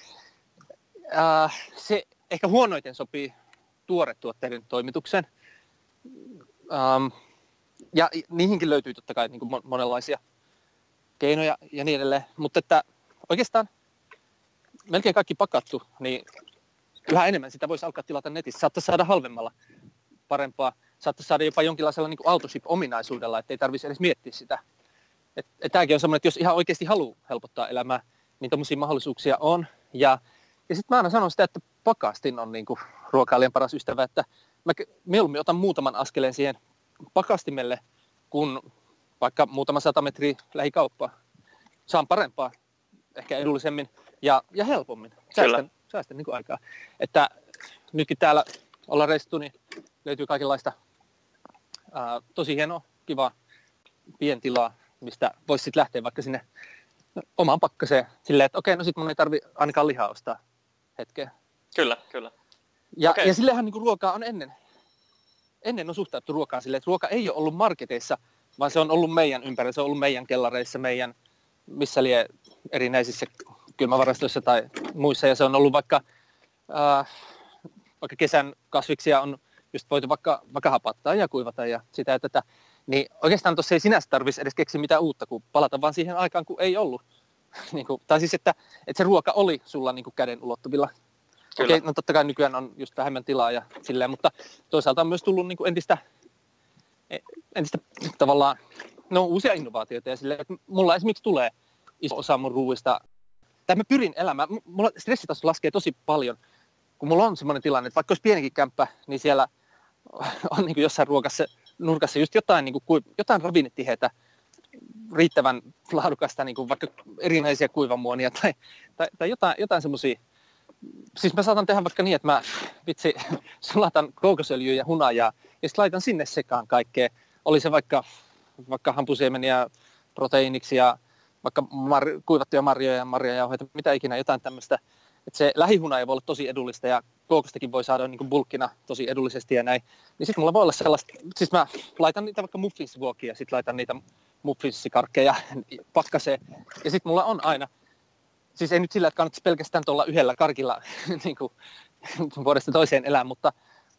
Se ehkä huonoiten sopii tuoretuotteiden toimitukseen. Ja niihinkin löytyy totta kai niin kuin monenlaisia keinoja ja niin edelleen. Mutta että oikeastaan melkein kaikki pakattu, niin yhä enemmän sitä voisi alkaa tilata netissä. Saattaisi saada halvemmalla parempaa. Saattaisi saada jopa jonkinlaisella niin kuin autoship-ominaisuudella, ettei tarvitsisi edes miettiä sitä. Tämäkin on semmoinen, että jos ihan oikeasti haluaa helpottaa elämää, niin tommosia mahdollisuuksia on. Ja sitten mä aina sanon sitä, että pakastin on niin kuin ruokailijan paras ystävä, että mä mieluummin otan muutaman askeleen siihen pakastimelle, kun vaikka muutama 100 metriä lähikauppaan. Saan parempaa, ehkä edullisemmin ja helpommin. Säästän niin kuin aikaa. Että nytkin täällä ollaan reissittu, niin löytyy kaikenlaista tosi hienoa, kivaa pientilaa, mistä voisi sitten lähteä vaikka sinne omaan pakkaseen silleen, että okei, no sit mun ei tarvi ainakaan lihaa ostaa hetkeä. Kyllä. Ja sillehän niin kuin ruokaa on ennen on suhtauduttu ruokaan silleen, että ruoka ei ole ollut marketeissa, vaan se on ollut meidän ympärillä, se on ollut meidän kellareissa, meidän missä lie erinäisissä kylmävarastoissa tai muissa, ja se on ollut vaikka kesän kasviksia on just voitu vaikka hapattaa ja kuivata ja sitä ja tätä. Niin oikeastaan tuossa ei sinänsä tarvitsisi edes keksiä mitään uutta, kun palata vaan siihen aikaan, kun ei ollut. Tai siis, että se ruoka oli sulla niin kuin käden ulottuvilla. Okei, no totta kai nykyään on just vähemmän tilaa ja silleen, mutta toisaalta on myös tullut niin kuin entistä tavallaan uusia innovaatioita. Ja silleen, että mulla esimerkiksi tulee iso osa mun ruuista, tai mä pyrin elämään, mulla stressitaso laskee tosi paljon, kun mulla on semmoinen tilanne, että vaikka olisi pienikin kämppä, niin siellä on niin kuin jossain ruokassa nurkassa just jotain, niin kuin, jotain ravinnetiheitä, riittävän laadukasta, niin kuin vaikka erinäisiä kuivamuonia tai jotain semmoisia. Siis mä saatan tehdä vaikka niin, että mä sulatan kookosöljyä ja hunajaa ja sitten laitan sinne sekaan kaikkea. Oli se vaikka hampusiemeniä proteiiniksi ja vaikka kuivattuja marjoja ja marjajauheita, mitä ikinä, jotain tämmöistä. Että se lähihunaja voi olla tosi edullista ja kookostakin voi saada niin kuin bulkkina tosi edullisesti ja näin. Niin sitten mulla voi olla sellaista, siis mä laitan niitä vaikka muffinsivuokia ja sitten laitan niitä muffinsikarkkeja pakkaseen. Ja sitten mulla on aina, siis ei nyt sillä, että kannattaisi pelkästään tuolla yhdellä karkilla niin kuin vuodesta toiseen elää, mutta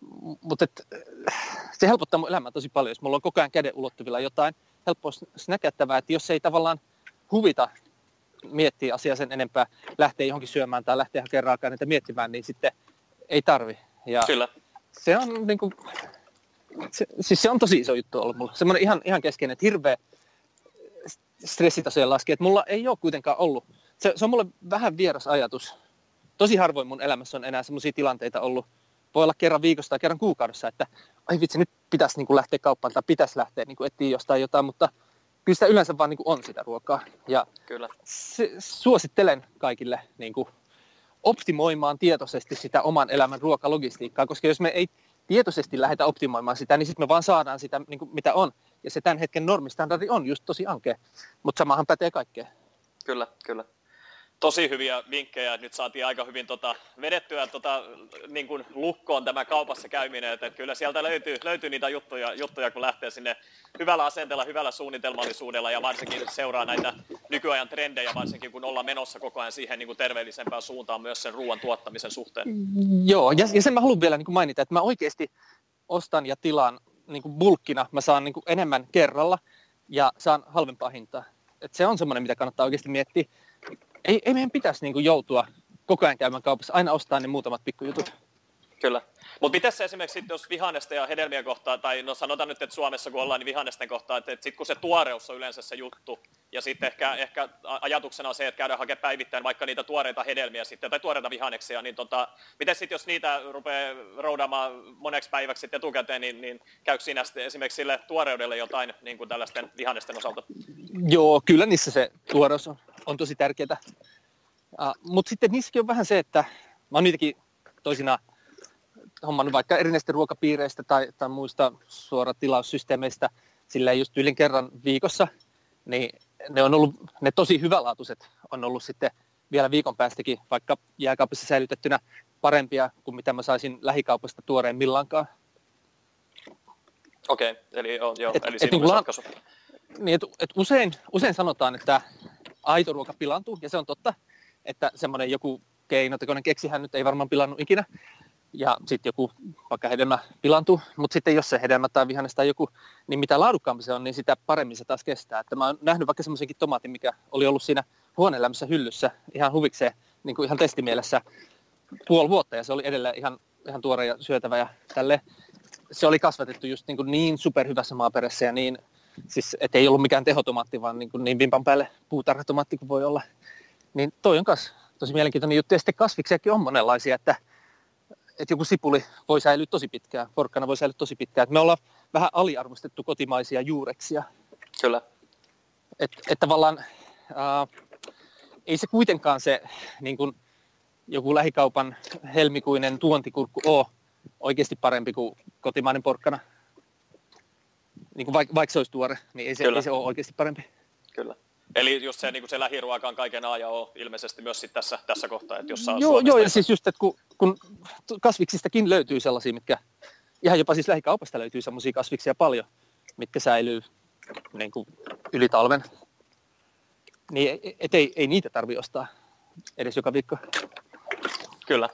se helpottaa mun elämää tosi paljon, jos mulla on koko ajan käden ulottuvilla jotain helppoa snäkättävää, että jos ei tavallaan huvita miettiä asiaa sen enempää, lähtee johonkin syömään tai lähtee hakemaan raaka-aineita miettimään, niin sitten ei tarvi. Ja kyllä. Se on niin kuin, se on tosi iso juttu ollut mulla. Semmoinen ihan keskeinen, että hirveä stressitasojen laski, että mulla ei ole kuitenkaan ollut. Se on mulle vähän vieras ajatus. Tosi harvoin mun elämässä on enää semmoisia tilanteita ollut. Voi olla kerran viikossa tai kerran kuukaudessa, että ai vitsi, nyt pitäisi niin kuin lähteä kauppaan tai pitäisi lähteä niin kuin etsiä jostain jotain, mutta kyllä sitä yleensä vaan niin kuin on sitä ruokaa. Ja Kyllä. Suosittelen kaikille niin kuin optimoimaan tietoisesti sitä oman elämän ruokalogistiikkaa, koska jos me ei tietoisesti lähdetä optimoimaan sitä, niin sitten me vaan saadaan sitä, niin kuin mitä on. Ja se tämän hetken normistandardi on just tosi ankea, mutta samahan pätee kaikkeen. Kyllä, kyllä. Tosi hyviä vinkkejä. Nyt saatiin aika hyvin vedettyä niin kuin lukkoon tämä kaupassa käyminen. Että kyllä sieltä löytyy niitä juttuja, kun lähtee sinne hyvällä asenteella, hyvällä suunnitelmallisuudella ja varsinkin seuraa näitä nykyajan trendejä, varsinkin kun ollaan menossa koko ajan siihen niin kuin terveellisempään suuntaan myös sen ruoan tuottamisen suhteen. Joo, ja sen mä haluan vielä niin kuin mainita, että mä oikeasti ostan ja tilaan niin kuin bulkkina. Mä saan niin kuin enemmän kerralla ja saan halvempaa hintaa. Et se on semmoinen, mitä kannattaa oikeasti miettiä. Ei meidän pitäisi niin kuin joutua koko ajan käymään kaupassa, aina ostaa ne muutamat pikkujutut. Kyllä. Mutta miten se esimerkiksi, jos vihannesta ja hedelmien kohtaa, tai no sanotaan nyt, että Suomessa kun ollaan, niin vihannesten kohtaa, että sitten kun se tuoreus on yleensä se juttu, ja sitten ehkä ajatuksena on se, että käydään hakemaan päivittäin vaikka niitä tuoreita hedelmiä sitten, tai tuoreita vihanneksia, niin miten sitten jos niitä rupeaa roudaamaan moneksi päiväksi sitten etukäteen, niin käykö siinä sitten esimerkiksi sille tuoreudelle jotain niin kuin tällaisten vihannesten osalta? Joo, kyllä niissä se tuoreus on tosi tärkeää. Mutta sitten niissäkin on vähän se, että mä oon niitäkin toisinaan hommannut vaikka erinäisten ruokapiireistä tai muista suoratilaussysteemeistä silleen just yli kerran viikossa, niin ne tosi hyvälaatuiset on ollut sitten vielä viikon päästäkin vaikka jääkaapissa säilytettynä parempia kuin mitä mä saisin lähikaupasta tuoreemmillaankaan. Okei, eli joo, eli siinä on ratkaisu. Niin, usein sanotaan, että aito ruoka pilaantuu, ja se on totta, että semmoinen joku keinotekoinen keksihän nyt ei varmaan pilannut ikinä, ja sitten joku vaikka hedelmä pilaantuu, mutta sitten jos se hedelmä tai vihannes tai joku, niin mitä laadukkaampi se on, niin sitä paremmin se taas kestää. Että mä oon nähnyt vaikka semmoisenkin tomaatin, mikä oli ollut siinä huoneelämmössä hyllyssä ihan huvikseen, niin kuin ihan testimielessä puoli vuotta, ja se oli edelleen ihan tuore ja syötävä ja tälleen. Se oli kasvatettu just niin superhyvässä maaperässä ja niin, siis et ei ollut mikään tehotomaatti, vaan niin vimpan päälle puutarhatomaatti kuin voi olla. Niin toi on myös tosi mielenkiintoinen juttu. Ja sitten kasviksiakin on monenlaisia, että joku sipuli voi säilyä tosi pitkään, porkkana voi säilyä tosi pitkään. Et me ollaan vähän aliarvostettu kotimaisia juureksia. Kyllä. Että tavallaan ei se kuitenkaan se niin kuin joku lähikaupan helmikuinen tuontikurkku ole oikeasti parempi kuin kotimainen porkkana. Niin kuin vaikka se olisi tuore, niin ei se ole oikeasti parempi. Kyllä. Eli just se, niin kuin se lähiruoka on kaiken A ja O ilmeisesti myös sit tässä kohtaa, että jos saa Joo, ja siis just, että kun kasviksistakin löytyy sellaisia, mitkä ihan jopa siis lähikaupasta löytyy sellaisia kasviksia paljon, mitkä säilyy niin kuin yli talven, niin ei niitä tarvitse ostaa edes joka viikko. Kyllä.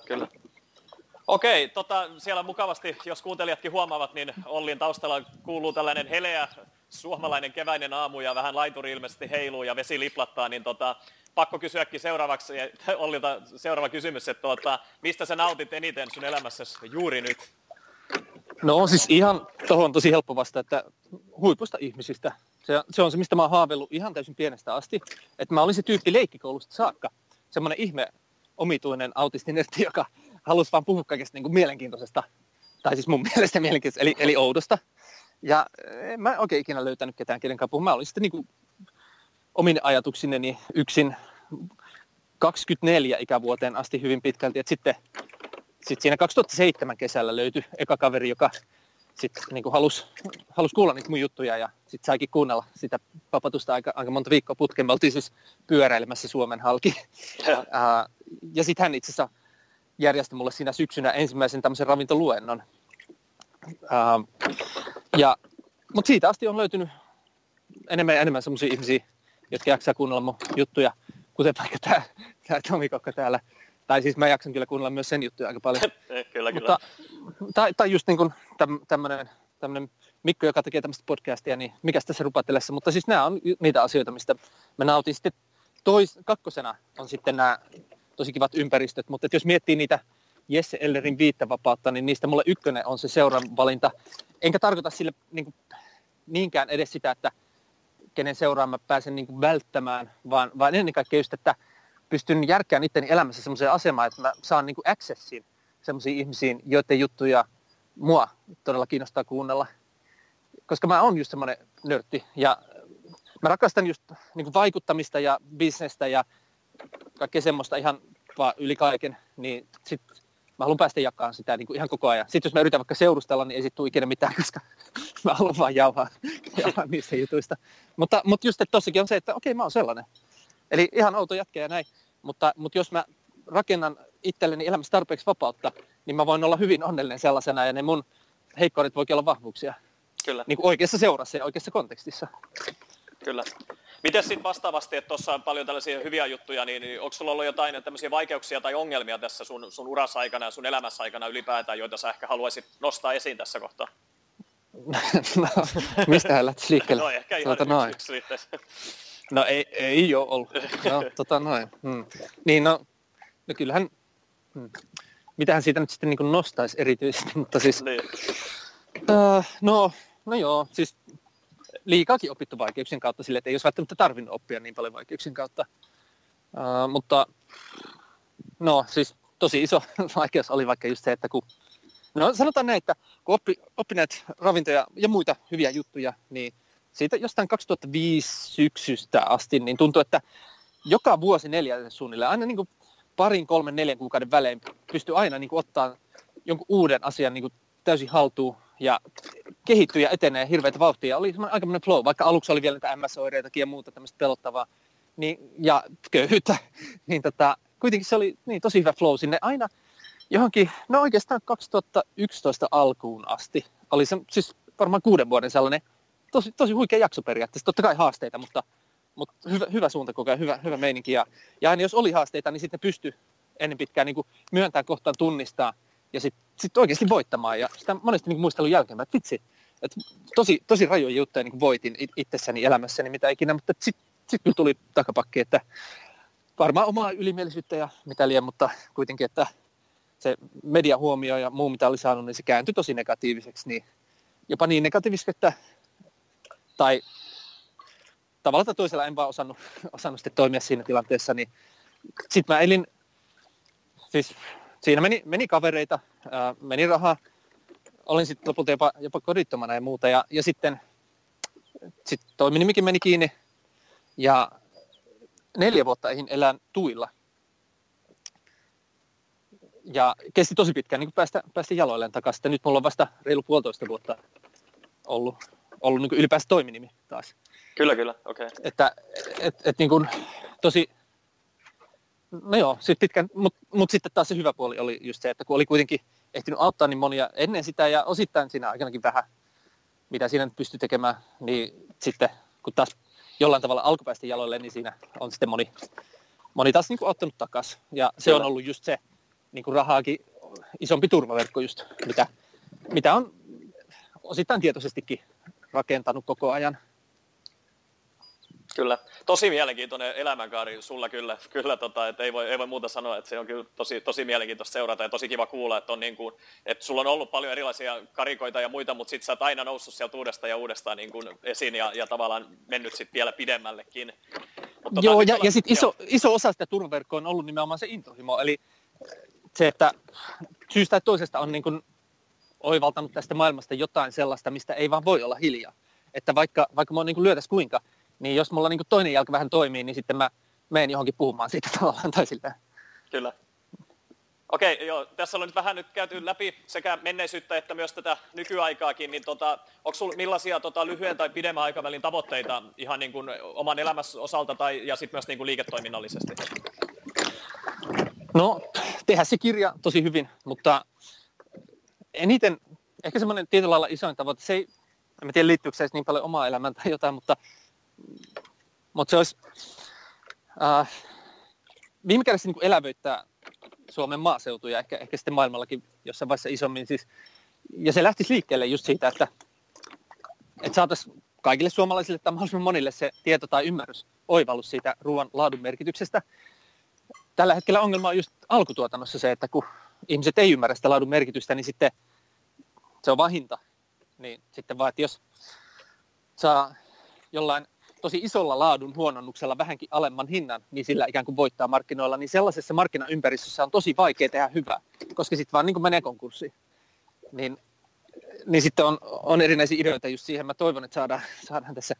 Okei, siellä mukavasti, jos kuuntelijatkin huomaavat, niin Ollin taustalla kuuluu tällainen heleä suomalainen keväinen aamu ja vähän laituri ilmeisesti heiluu ja vesi liplattaa, niin pakko kysyäkin seuraavaksi Ollilta seuraava kysymys, että mistä sä nautit eniten sun elämässäsi juuri nyt? No siis ihan tohon tosi helppo vasta, että huipusta ihmisistä. Se on se, mistä mä oon haaveillut ihan täysin pienestä asti, että mä olin se tyyppi leikkikoulusta saakka, semmoinen ihme omituinen autistinertti, joka halusi vaan puhua kaikesta niin kuin mielenkiintoisesta, tai siis mun mielestä mielenkiintoisesta, eli oudosta. Ja en mä oikein ikinä löytänyt ketään kenenkään puhua. Mä olin sitten niin kuin omine ajatuksineni yksin 24 ikävuoteen asti hyvin pitkälti. Et sitten siinä 2007 kesällä löytyi eka kaveri, joka sitten niin kuin halusi kuulla niitä mun juttuja ja sitten saikin kuunnella sitä papatusta aika monta viikkoa putkeen. Me oltiin siis pyöräilemässä Suomen halki. Ja sitten hän itse asiassa järjesti mulle siinä syksynä ensimmäisen tämmöisen ravintoluennon. Mutta siitä asti on löytynyt enemmän ja enemmän semmoisia ihmisiä, jotka jaksaa kuunnella mun juttuja, kuten vaikka tämä Tomi Kokka täällä. Tai siis mä jaksan kyllä kuunnella myös sen juttuja aika paljon. Kyllä. Mutta, tai just niin kuin tämmöinen Mikko, joka tekee tämmöistä podcastia, niin mikäs tässä rupatellessa. Mutta siis nämä on niitä asioita, mistä mä nautin. Sitten kakkosena on sitten nämä tosi kivat ympäristöt, mutta jos miettii niitä Jesse Ellerin viittavapautta, niin niistä mulle ykkönen on se seuran valinta. Enkä tarkoita sille niinkään edes sitä, että kenen seuraan mä pääsen niin kuin välttämään, vaan ennen kaikkea just, että pystyn järkkään itteni elämässä semmoiseen asemaan, että mä saan niin kuin accessin semmoisiin ihmisiin, joiden juttuja mua todella kiinnostaa kuunnella. Koska mä oon just semmoinen nörtti ja mä rakastan just niin kuin vaikuttamista ja bisnestä ja kaikkea semmoista ihan vaan yli kaiken, niin sit mä haluan päästä jakamaan sitä niin kuin ihan koko ajan. Sitten jos mä yritän vaikka seurustella, niin ei sit tule ikinä mitään, koska mä haluan vaan jauhaa niistä jutuista. Mutta just, että tossakin on se, että okei, mä oon sellainen. Eli ihan outo jätkä ja näin. Mutta jos mä rakennan itselleni elämässä tarpeeksi vapautta, niin mä voin olla hyvin onnellinen sellaisena ja ne mun heikkoudet voikin olla vahvuuksia. Kyllä. Niin kuin oikeassa seurassa ja oikeassa kontekstissa. Kyllä. Miten sitten vastaavasti, että tuossa on paljon tällaisia hyviä juttuja, niin onko sulla ollut jotain tämmöisiä vaikeuksia tai ongelmia tässä sun urassa aikana ja sun elämässä aikana ylipäätään, joita sä ehkä haluaisit nostaa esiin tässä kohtaa? No, mistähän lähtisi liikkeelle? No ehkä ihan yksiselitteisesti. No ei ole ollut. No noin. Niin no kyllähän, mitähän siitä nyt sitten niin kuin nostaisi erityisesti, mutta siis, niin. No joo, siis liikaakin opittu vaikeuksien kautta sille, että ei olisi välttämättä tarvinnut oppia niin paljon vaikeuksien kautta. Mutta no siis tosi iso vaikeus oli vaikka just se, että kun, no sanotaan näin, että kun oppi näitä ravintoja ja muita hyviä juttuja, niin siitä jostain 2005 syksystä asti, niin tuntui, että joka vuosi 4 suunnilleen, aina niin kuin 2, 3, 4 kuukauden välein pystyi aina niin kuin ottaa jonkun uuden asian niin kuin täysin haltuun ja kehittyy ja etenee hirveitä vauhtia. Oli semmoinen aikamoinen flow, vaikka aluksi oli vielä niitä MS-oireitakin ja muuta tämmöistä pelottavaa niin, ja köyhyyttä, niin kuitenkin se oli niin, tosi hyvä flow sinne aina johonkin, no oikeastaan 2011 alkuun asti. Oli se siis varmaan 6 vuoden sellainen tosi huikea jakso periaatteessa. Totta kai haasteita, mutta hyvä suunta koko ajan, hyvä meininki. Ja aina jos oli haasteita, niin sitten ne pystyi ennen pitkään niin kuin myöntämään kohtaan, tunnistaa ja sitten oikeasti voittamaan. Ja sitä monesti niin muistelun jälkeen, että vitsi, että tosi rajoja juttuja niin voitin itsessäni elämässäni mitä ikinä, mutta sitten kyllä tuli takapakki, että varmaan omaa ylimielisyyttä ja mitä liian, mutta kuitenkin, että se mediahuomio ja muu mitä oli saanut, niin se kääntyi tosi negatiiviseksi, niin jopa niin negatiiviseksi, että tai tavalla tai toisella en vaan osannut sitten toimia siinä tilanteessa, niin sitten mä elin, siis siinä meni kavereita, meni rahaa, olin sitten lopulta jopa kodittomana ja muuta, ja sitten toiminimikin meni kiinni, ja 4 vuotta ehdin elän tuilla. Ja kesti tosi pitkään niin päästä jaloilleen takaisin. Nyt mulla on vasta reilu 1,5 vuotta ollut niin ylipäänsä toiminimi taas. Kyllä, okei. Okay. Että niin kuin tosi, no joo, pitkään, mutta sitten taas se hyvä puoli oli just se, että kun oli kuitenkin ehtinyt auttaa niin monia ennen sitä ja osittain siinä aikanakin vähän, mitä siinä nyt pystyi tekemään, niin sitten kun taas jollain tavalla alkupäästä jaloille, niin siinä on sitten moni taas niin kuin ottanut takaisin. Ja se on ollut just se niin kuin rahaakin isompi turvaverkko just, mitä on osittain tietoisestikin rakentanut koko ajan. Kyllä. Tosi mielenkiintoinen elämänkaari sulla kyllä että ei voi muuta sanoa, että se on kyllä tosi mielenkiintoista seurata ja tosi kiva kuulla, että on niin kuin, että sulla on ollut paljon erilaisia karikoita ja muita, mutta sit sä oot aina noussut sieltä uudestaan ja uudestaan niin kuin esiin ja tavallaan mennyt sit vielä pidemmällekin. Joo, ja sitten iso osa sitä turvaverkkoa on ollut nimenomaan se intohimo, eli se, että syystä tai toisesta on niin kuin oivaltanut tästä maailmasta jotain sellaista, mistä ei vaan voi olla hiljaa. Että vaikka mä niin kuin lyötäisi kuinka, niin jos mulla niin kuin toinen jalka vähän toimii, niin sitten mä menen johonkin puhumaan siitä tavallaan tai silleen. Kyllä. Okei, joo. Tässä on nyt vähän käyty läpi sekä menneisyyttä että myös tätä nykyaikaakin, niin onko sinulla millaisia lyhyen tai pidemmän aikavälin tavoitteita ihan niin kuin oman elämässä osalta ja sitten myös niin kuin liiketoiminnallisesti? No, tehdä se kirja tosi hyvin, mutta eniten, ehkä semmoinen tietyllä lailla isoin tavoite, se ei, en tiedä liittyykö se niin paljon omaa elämään tai jotain, mutta se olisi viime kädessä niin kuin elävöittää Suomen maaseutuja, ehkä sitten maailmallakin jossain vaiheessa isommin. Siis, ja se lähtisi liikkeelle just siitä, että saataisiin kaikille suomalaisille tai mahdollisimman monille se tieto tai ymmärrys, oivallus siitä ruoan laadun merkityksestä. Tällä hetkellä ongelma on just alkutuotannossa se, että kun ihmiset ei ymmärrä sitä laadun merkitystä, niin sitten se on vain hinta. Niin sitten vaan, että jos saa jollain tosi isolla laadun huononnuksella vähänkin alemman hinnan, niin sillä ikään kuin voittaa markkinoilla, niin sellaisessa markkinaympäristössä on tosi vaikea tehdä hyvää, koska sitten vaan niin kuin menee konkurssiin. Niin sitten on erinäisiä ideoita just siihen. Mä toivon, että saadaan tässä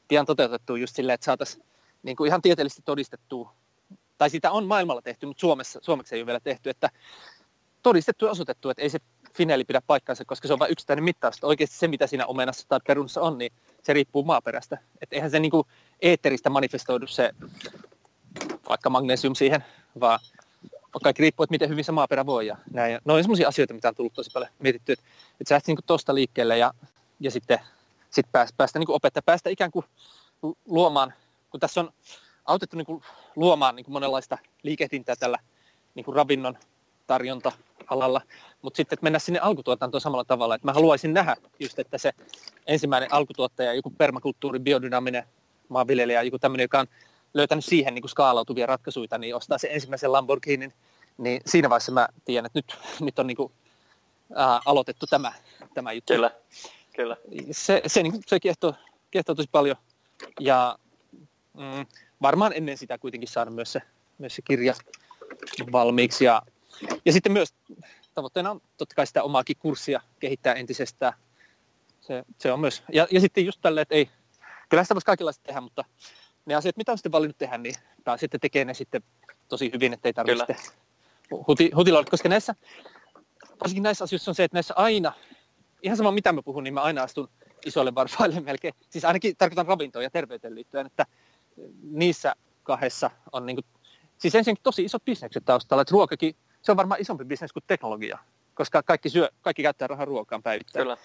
pian toteutettua just silleen, että saataisiin niin kuin ihan tieteellisesti todistettua, tai sitä on maailmalla tehty, mutta suomeksi ei ole vielä tehty, että todistettu ja osoitettu, että ei se Finelli pidä paikkaansa, koska se on vain yksittäinen mittaus. Oikeasti se, mitä siinä omenassa tai perunassa on, niin se riippuu maaperästä. Että eihän se niin kuin eetteristä manifestoidu se vaikka magnesium siihen, vaan kaikki riippuu, että miten hyvin se maaperä voi. Ja näin. Ja ne on semmoisia asioita, mitä on tullut tosi paljon mietittyä, että sä lähti niin tuosta liikkeelle ja sitten päästä niin opettamaan, päästä ikään kuin luomaan, kun tässä on autettu niin kuin luomaan niin kuin monenlaista liikehdintää tällä niin kuin ravinnon tarjonta-alalla, mutta sitten että mennä sinne alkutuotantoon samalla tavalla, että mä haluaisin nähdä just, että se ensimmäinen alkutuottaja, joku permakulttuuri, biodynaaminen maanviljelijä, joku tämmöinen, joka on löytänyt siihen niin kuin skaalautuvia ratkaisuja, niin ostaa se ensimmäisen Lamborghinin, niin siinä vaiheessa mä tiedän, että nyt on niin kuin, aloitettu tämä juttu. Kyllä. Se kiehtoo tosi paljon ja varmaan ennen sitä kuitenkin saada myös se kirja valmiiksi ja sitten myös tavoitteena on totta kai sitä omaakin kurssia kehittää entisestään. Se on myös. Ja sitten just tälleen, että ei, kyllä sitä voisi kaikenlaista tehdä, mutta ne asiat, mitä on sitten valinnut tehdä, niin sitten tekee ne sitten tosi hyvin, ettei tarvitse hutiloida, koska varsinkin näissä asioissa on se, että näissä aina, ihan sama mitä mä puhun, niin mä aina astun isoille varpaille melkein. Siis ainakin tarkoitan ravintoon ja terveyteen liittyen, että niissä kahdessa on niin kuin, siis ensinnäkin tosi isot bisnekset taustalla, että ruokakin, se on varmaan isompi bisnes kuin teknologia, koska kaikki käyttää rahaa ruokaan päivittäin. Kyllä.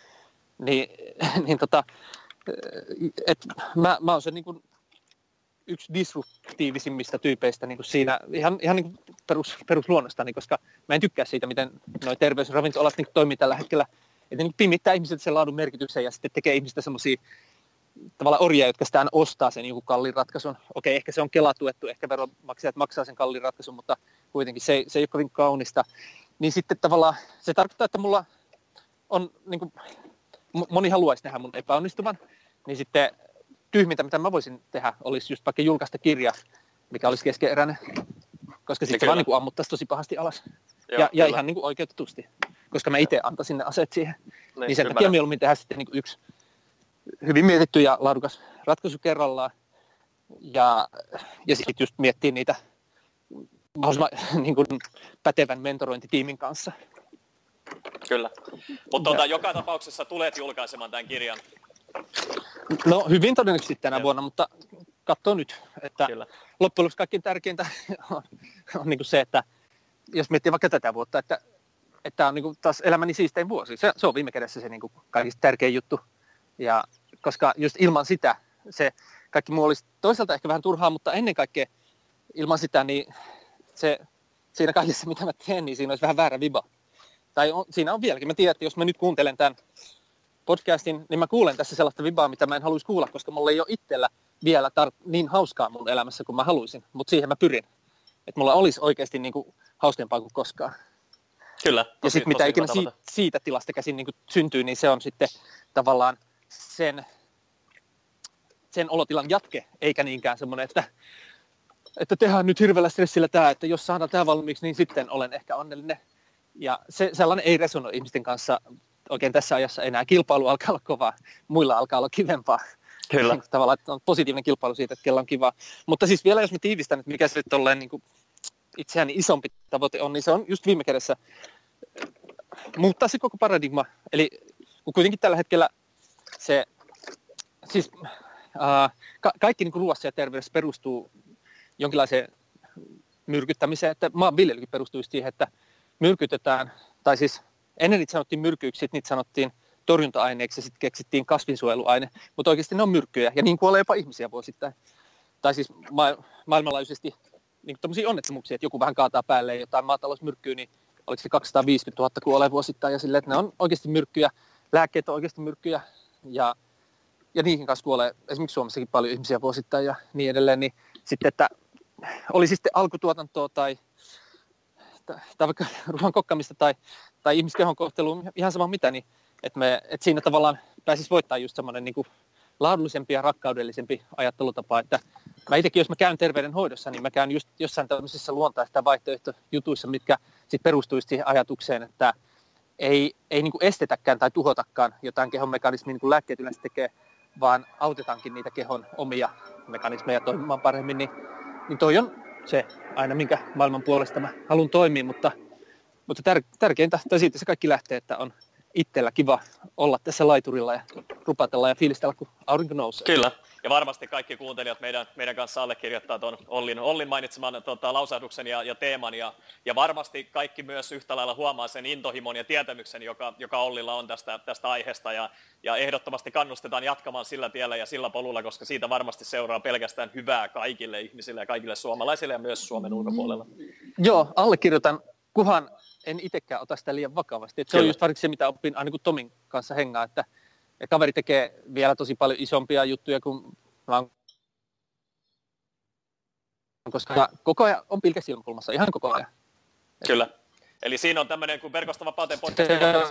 Mä oon se niin kuin yksi disruptiivisimmista tyypeistä niin kuin siinä ihan niin kuin perusluonnostani, koska mä en tykkää siitä, miten noi terveysravintolat niin kuin toimii tällä hetkellä. Että niin pimittää ihmisiltä sen laadun merkityksen ja sitten tekee ihmistä semmoisia tavallaan orjia, jotka sitä ostaa sen joku kalliin ratkaisun. Okei, ehkä se on kelatuettu, ehkä veronmaksajat maksaa sen kalliin ratkaisun, mutta kuitenkin se ei ole kovin kaunista. Niin sitten tavallaan se tarkoittaa, että mulla on, niin kuin, moni haluaisi nähdä mun epäonnistuvan, niin sitten tyhmintä, mitä mä voisin tehdä, olisi just vaikka julkaista kirja, mikä olisi keskeeräinen, koska sitten se vaan niin kuin ammuttaisi tosi pahasti alas. Joo, ja ihan niin kuin oikeutetusti, koska mä itse antaisin ne aseet siihen. Niin sen takia mieluummin tehdä sitten niin kuin yksi hyvin mietitty ja laadukas ratkaisu kerrallaan. Ja sitten just miettiä niitä mahdollisimman niin kuin pätevän mentorointitiimin kanssa. Kyllä. Mutta joka tapauksessa tulet julkaisemaan tämän kirjan. No hyvin todennäköisesti tänä vuonna, mutta katso nyt, että loppujen lopuksi kaikkein tärkeintä on niin kuin se, että jos miettii vaikka tätä vuotta, että tämä on niin kuin taas elämäni siistein vuosi. Se on viime kädessä se niin kuin kaikista tärkein juttu. Ja koska just ilman sitä se kaikki muu olisi toisaalta ehkä vähän turhaa, mutta ennen kaikkea ilman sitä niin siinä kaikessa mitä mä teen, niin siinä olisi vähän väärä viba. Siinä on vieläkin. Mä tiedän, että jos mä nyt kuuntelen tämän podcastin, niin mä kuulen tässä sellaista vibaa, mitä mä en haluaisi kuulla, koska mulla ei ole itsellä vielä niin hauskaa mun elämässä kuin mä haluaisin, mutta siihen mä pyrin. Että mulla olisi oikeasti niin kuin hauskempaa kuin koskaan. Kyllä. Ja sitten mitä ikinä siitä tilasta käsin niin kuin syntyy, niin se on sitten tavallaan sen olotilan jatke, eikä niinkään semmoinen, että tehdään nyt hirveällä stressillä tämä, että jos saadaan tämä valmiiksi, niin sitten olen ehkä onnellinen. Ja sellainen ei resonoi ihmisten kanssa oikein tässä ajassa enää. Kilpailu alkaa olla kovaa, muilla alkaa olla kivempaa. Kyllä. Tavallaan, että on positiivinen kilpailu siitä, että kella on kivaa. Mutta siis vielä jos mä tiivistän, että mikä se tolleen niin kuin itseäni isompi tavoite on, niin se on just viime kädessä muuttaa se koko paradigma. Eli kun kuitenkin tällä hetkellä se, siis kaikki niin kuin ruoassa ja terveydessä perustuu jonkinlaiseen myrkyttämiseen, että maanviljelykin perustuu siihen, että myrkytetään, tai siis ennen niitä sanottiin myrkyiksi, niitä sanottiin torjunta-aineeksi ja sitten keksittiin kasvinsuojeluaine, mutta oikeasti ne on myrkkyjä ja niin kuolee jopa ihmisiä vuosittain. Tai siis maailmanlaajuisesti niin tämmöisiä onnettomuuksia, että joku vähän kaataa päälle jotain maatalousmyrkkyä, niin oliko se 250 000 kuolee vuosittain ja silleen, että ne on oikeasti myrkkyjä, lääkkeet on oikeasti myrkkyjä ja niihin kanssa kuolee esimerkiksi Suomessakin paljon ihmisiä vuosittain ja niin edelleen, niin sitten, että oli sitten alkutuotantoa tai vaikka ruoan kokkaamista tai ihmiskehon kohtelua, ihan sama mitä, niin että siinä tavallaan pääsisi voittaa just semmoinen niin kuin laadullisempi ja rakkaudellisempi ajattelutapa, että mä itsekin, jos mä käyn terveydenhoidossa, niin mä käyn just jossain tämmöisissä luontaista vaihtoehtojutuissa, mitkä sitten perustuisi siihen ajatukseen, että ei niin kuin estetäkään tai tuhotakaan jotain kehon mekanismia, niin kuin lääkkeet yleensä tekee, vaan autetaankin niitä kehon omia mekanismeja toimimaan paremmin, niin toi on se aina, minkä maailman puolesta mä haluan toimia, mutta tärkeintä, tai siitä se kaikki lähtee, että on itsellä kiva olla tässä laiturilla ja rupatella ja fiilistellä, kun aurinko nousee. Kyllä, ja varmasti kaikki kuuntelijat meidän kanssa allekirjoittaa tuon Ollin mainitseman lausahduksen ja teeman, ja varmasti kaikki myös yhtä lailla huomaa sen intohimon ja tietämyksen, joka Ollilla on tästä aiheesta, ja ehdottomasti kannustetaan jatkamaan sillä tiellä ja sillä polulla, koska siitä varmasti seuraa pelkästään hyvää kaikille ihmisille ja kaikille suomalaisille ja myös Suomen ulkopuolella. Joo, allekirjoitan, kunhan en itsekään ota sitä liian vakavasti. Et se on just varsinkin se, mitä opin aina kun Tomin kanssa hengaa, että kaveri tekee vielä tosi paljon isompia juttuja kuin mä oon, koska koko ajan on pilkäs ilmakulmassa, ihan koko ajan. Kyllä. Eli siinä on tämmöinen kuin Verkostavapauteen podcast.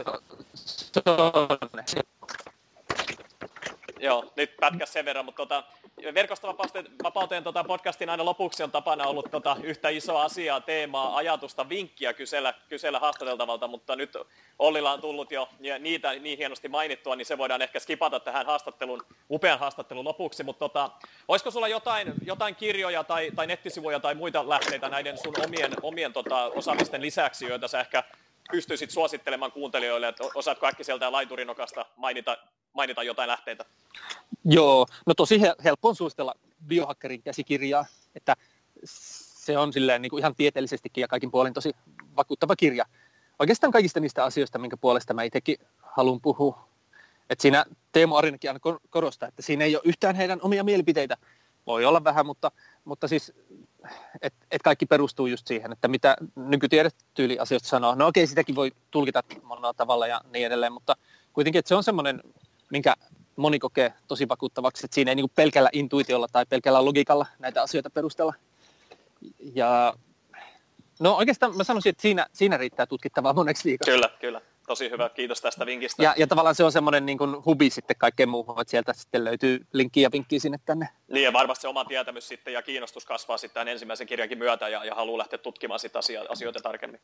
Joo, nyt pätkäs sen verran, mutta Verkostavapauteen podcastin aina lopuksi on tapana ollut yhtä isoa asiaa, teemaa, ajatusta, vinkkiä kysellä haastateltavalta, mutta nyt Ollilla on tullut jo niitä niin hienosti mainittua, niin se voidaan ehkä skipata tähän upean haastattelun lopuksi, mutta olisiko sulla jotain kirjoja tai nettisivuja tai muita lähteitä näiden sun omien osaamisten lisäksi, joita sä ehkä pystyisit suosittelemaan kuuntelijoille, että osaatko äkkiseltään laiturinokasta mainita jotain lähteitä? Joo, no tosi helppo on suositella biohackerin käsikirjaa, että se on silleen niin kuin ihan tieteellisestikin ja kaikin puolin tosi vakuuttava kirja. Oikeastaan kaikista niistä asioista, minkä puolesta mä itsekin haluan puhua. Että siinä Teemu Arinakin aina korostaa, että siinä ei ole yhtään heidän omia mielipiteitä. Voi olla vähän, mutta siis et kaikki perustuu just siihen, että mitä nykytiedetyyli asioista sanoo. No okei, sitäkin voi tulkita monella tavalla ja niin edelleen, mutta kuitenkin, että se on semmoinen, minkä moni kokee tosi vakuuttavaksi, että siinä ei niin kuin pelkällä intuitiolla tai pelkällä logiikalla näitä asioita perustella. Ja no oikeastaan mä sanoisin, että siinä riittää tutkittavaa moneksi viikossa. Kyllä. Tosi hyvä. Kiitos tästä vinkistä. Ja tavallaan se on semmoinen niin kuin hubi sitten kaikkeen muuhun, että sieltä sitten löytyy linkkiä ja vinkkiä sinne tänne. Niin ja varmasti se oma tietämys sitten ja kiinnostus kasvaa sitten tämän ensimmäisen kirjankin myötä ja haluaa lähteä tutkimaan sitä asioita tarkemmin.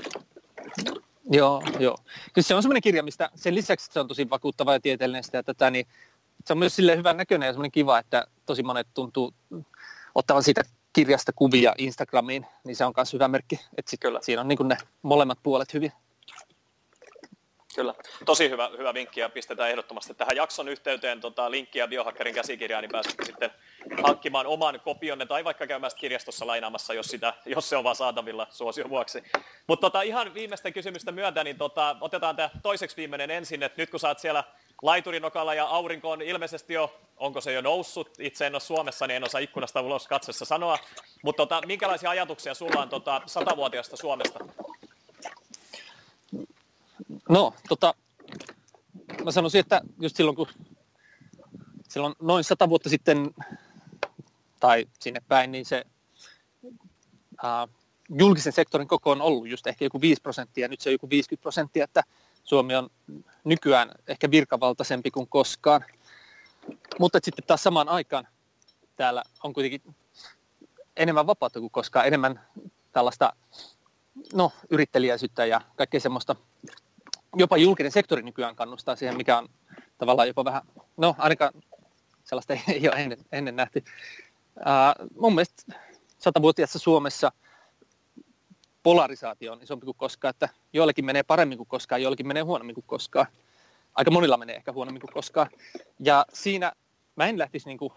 Joo. Kyllä se on semmoinen kirja, mistä sen lisäksi se on tosi vakuuttava ja tieteellinen sitä tätä, niin se on myös silleen hyvän näköinen ja semmoinen kiva, että tosi monet tuntuu ottavan siitä kirjasta kuvia Instagramiin, niin se on myös hyvä merkki, että siinä on niin kuin ne molemmat puolet hyvin. Kyllä. Tosi hyvä vinkki ja pistetään ehdottomasti tähän jakson yhteyteen linkkiä biohackerin käsikirjaan, niin pääsette sitten hankkimaan oman kopionne tai vaikka käymään kirjastossa lainaamassa, jos se on vaan saatavilla suosion vuoksi. Mutta ihan viimeisten kysymysten myötä, niin otetaan tämä toiseksi viimeinen ensin, että nyt kun sä oot siellä laiturinokalla ja aurinko on ilmeisesti onko se jo noussut, itse en ole Suomessa, niin en osaa ikkunasta ulos katsessa sanoa, mutta minkälaisia ajatuksia sulla on 100-vuotiaasta Suomesta? No, mä sanoisin, että just silloin noin 100 vuotta sitten tai sinne päin, niin se julkisen sektorin koko on ollut just ehkä joku 5%, nyt se on joku 50%, että Suomi on nykyään ehkä virkavaltaisempi kuin koskaan. Mutta sitten taas samaan aikaan täällä on kuitenkin enemmän vapautta kuin koskaan, enemmän tällaista yrittelijäisyyttä ja kaikkea semmoista. Jopa julkinen sektori nykyään kannustaa siihen, mikä on tavallaan jopa vähän, ainakaan sellaista ei ole ennen nähty. Mun mielestä 100-vuotiaassa Suomessa polarisaatio on isompi kuin koskaan, että joillekin menee paremmin kuin koskaan, joillekin menee huonommin kuin koskaan. Aika monilla menee ehkä huonommin kuin koskaan. Ja siinä mä en lähtisi niinku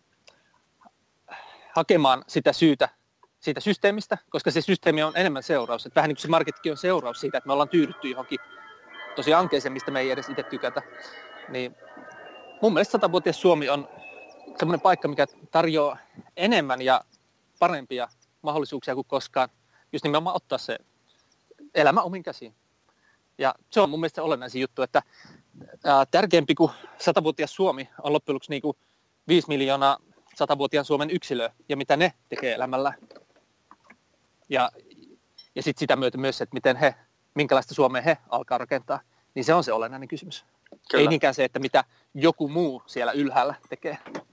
hakemaan sitä syytä siitä systeemistä, koska se systeemi on enemmän seuraus. Että vähän niin kuin se marketkin on seuraus siitä, että me ollaan tyydytty johonkin tosi ankeeseen, mistä me ei edes itse tykätä. Niin mun mielestä 100-vuotias Suomi on semmoinen paikka, mikä tarjoaa enemmän ja parempia mahdollisuuksia kuin koskaan. Just nimenomaan ottaa se elämä omiin käsiin. Ja se on mun mielestä olennaisin juttu, että tärkeämpi kuin 100-vuotias Suomi on loppujen lopuksi niin kuin 5 miljoonaa 100-vuotiaan Suomen yksilöä ja mitä ne tekee elämällä. Ja sitten sitä myötä myös, että minkälaista Suomea he alkaa rakentaa, niin se on se olennainen kysymys. Kyllä. Ei niinkään se, että mitä joku muu siellä ylhäällä tekee.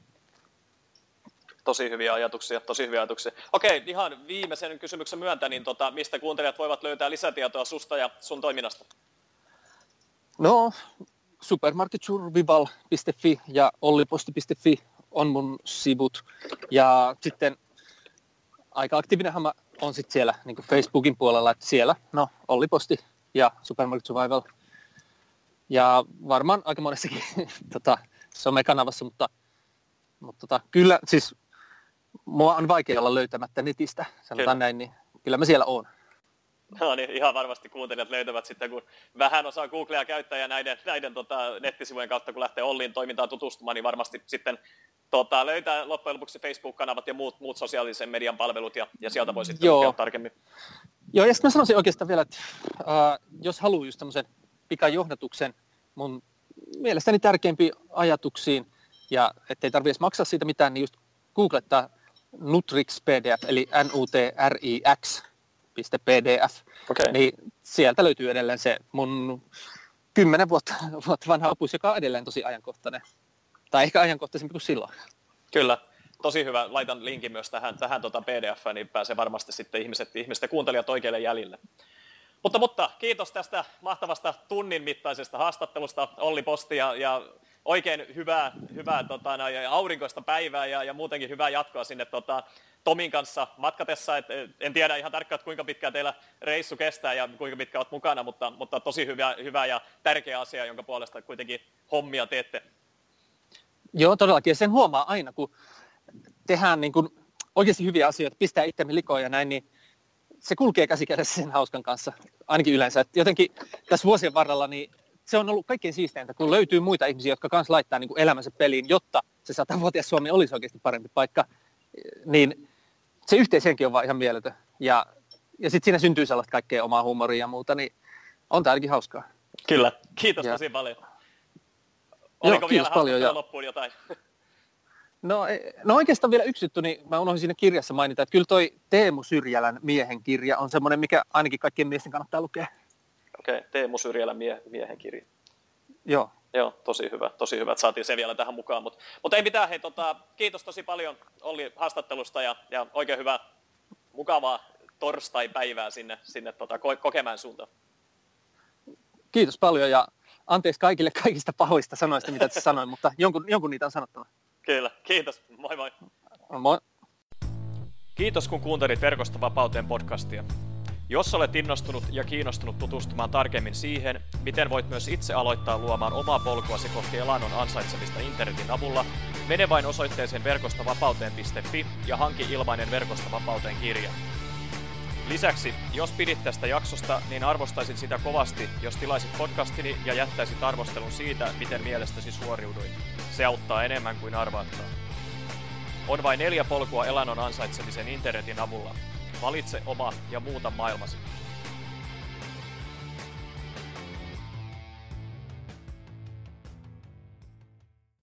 Tosi hyviä ajatuksia. Okei, ihan viimeisen kysymyksen myöntä, niin mistä kuuntelijat voivat löytää lisätietoa susta ja sun toiminnasta? No, supermarketsurvival.fi ja olliposti.fi on mun sivut. Ja sitten aika aktiivinenhan mä on sitten siellä niin kuin Facebookin puolella, että siellä Olli Posti ja Supermarket Survival. Ja varmaan aika monessakin somekanavassa, mutta kyllä siis mua on vaikea olla löytämättä netistä, sanotaan näin, niin kyllä mä siellä oon. No niin, ihan varmasti kuuntelijat löytävät sitten, kun vähän osaa Googlea käyttää ja näiden nettisivujen kautta, kun lähtee Ollin toimintaan tutustumaan, niin varmasti sitten löytää loppujen lopuksi Facebook-kanavat ja muut sosiaalisen median palvelut ja sieltä voi sitten lukea tarkemmin. Joo, ja sitten mä sanoisin oikeastaan vielä, että jos haluaa just tämmöisen pikajohdatuksen mun mielestäni tärkeimpiin ajatuksiin, ja ettei tarvitse maksaa siitä mitään, niin just googlettaa Nutrix PDF, eli nutrix.pdf, niin sieltä löytyy edelleen se mun 10 vuotta vanha opus, joka on edelleen tosi ajankohtainen. Tai ehkä ajankohtaisempi kuin silloin. Kyllä, tosi hyvä. Laitan linkin myös tähän PDF-ään, niin pääsee varmasti sitten ihmiset ja kuuntelijat oikeille jäljille. Mutta kiitos tästä mahtavasta tunnin mittaisesta haastattelusta, Olli Posti, ja oikein hyvää ja aurinkoista päivää ja muutenkin hyvää jatkoa sinne Tomin kanssa matkatessa. En tiedä ihan tarkkaan, kuinka pitkään teillä reissu kestää ja kuinka pitkä olet mukana, mutta tosi hyvä ja tärkeä asia, jonka puolesta kuitenkin hommia teette. Joo, todellakin. Ja sen huomaa aina, kun tehdään niin kuin oikeasti hyviä asioita, pistää itsemme likoon ja näin, niin se kulkee käsi kädessä sen hauskan kanssa, ainakin yleensä. Et jotenkin tässä vuosien varrella niin se on ollut kaikkein siisteintä, kun löytyy muita ihmisiä, jotka kanssa laittaa niin kuin elämänsä peliin, jotta se 100-vuotias Suomi olisi oikeasti parempi paikka, niin se yhteishenki on vaan ihan mieletön. Ja sitten siinä syntyy sellaista kaikkea omaa huumoria ja muuta, niin on tämä ainakin hauskaa. Kyllä, kiitos tosi paljon. Oliko vielä haastattelua loppuun jotain? No oikeastaan vielä yksi juttu, niin mä unohdin siinä kirjassa mainita, että kyllä toi Teemu Syrjälän Miehen kirja on semmoinen, mikä ainakin kaikkien miesten kannattaa lukea. Okei, Teemu Syrjälän Miehen kirja. Joo. Joo, tosi hyvä, että saatiin se vielä tähän mukaan. Mutta ei mitään, hei, kiitos tosi paljon Olli haastattelusta ja oikein hyvää, mukavaa torstai-päivää sinne Kokemäen suuntaan. Kiitos paljon ja anteeksi kaikille kaikista pahoista sanoista, mitä tässä sanoin, mutta jonkun niitä on sanottava. Kyllä, kiitos. Moi moi. Moi. Kiitos kun kuuntelit Verkosta vapauteen podcastia. Jos olet innostunut ja kiinnostunut tutustumaan tarkemmin siihen, miten voit myös itse aloittaa luomaan omaa polkuasi kohti elannon ansaitsemista internetin avulla, mene vain osoitteeseen verkostavapauteen.fi ja hanki ilmainen Verkosta vapauteen kirja. Lisäksi, jos pidit tästä jaksosta, niin arvostaisin sitä kovasti, jos tilaisit podcastini ja jättäisit arvostelun siitä, miten mielestäsi suoriuduin. Se auttaa enemmän kuin arvaatkaan. On vain 4 polkua elannon ansaitsemisen internetin avulla. Valitse oma ja muuta maailmasi.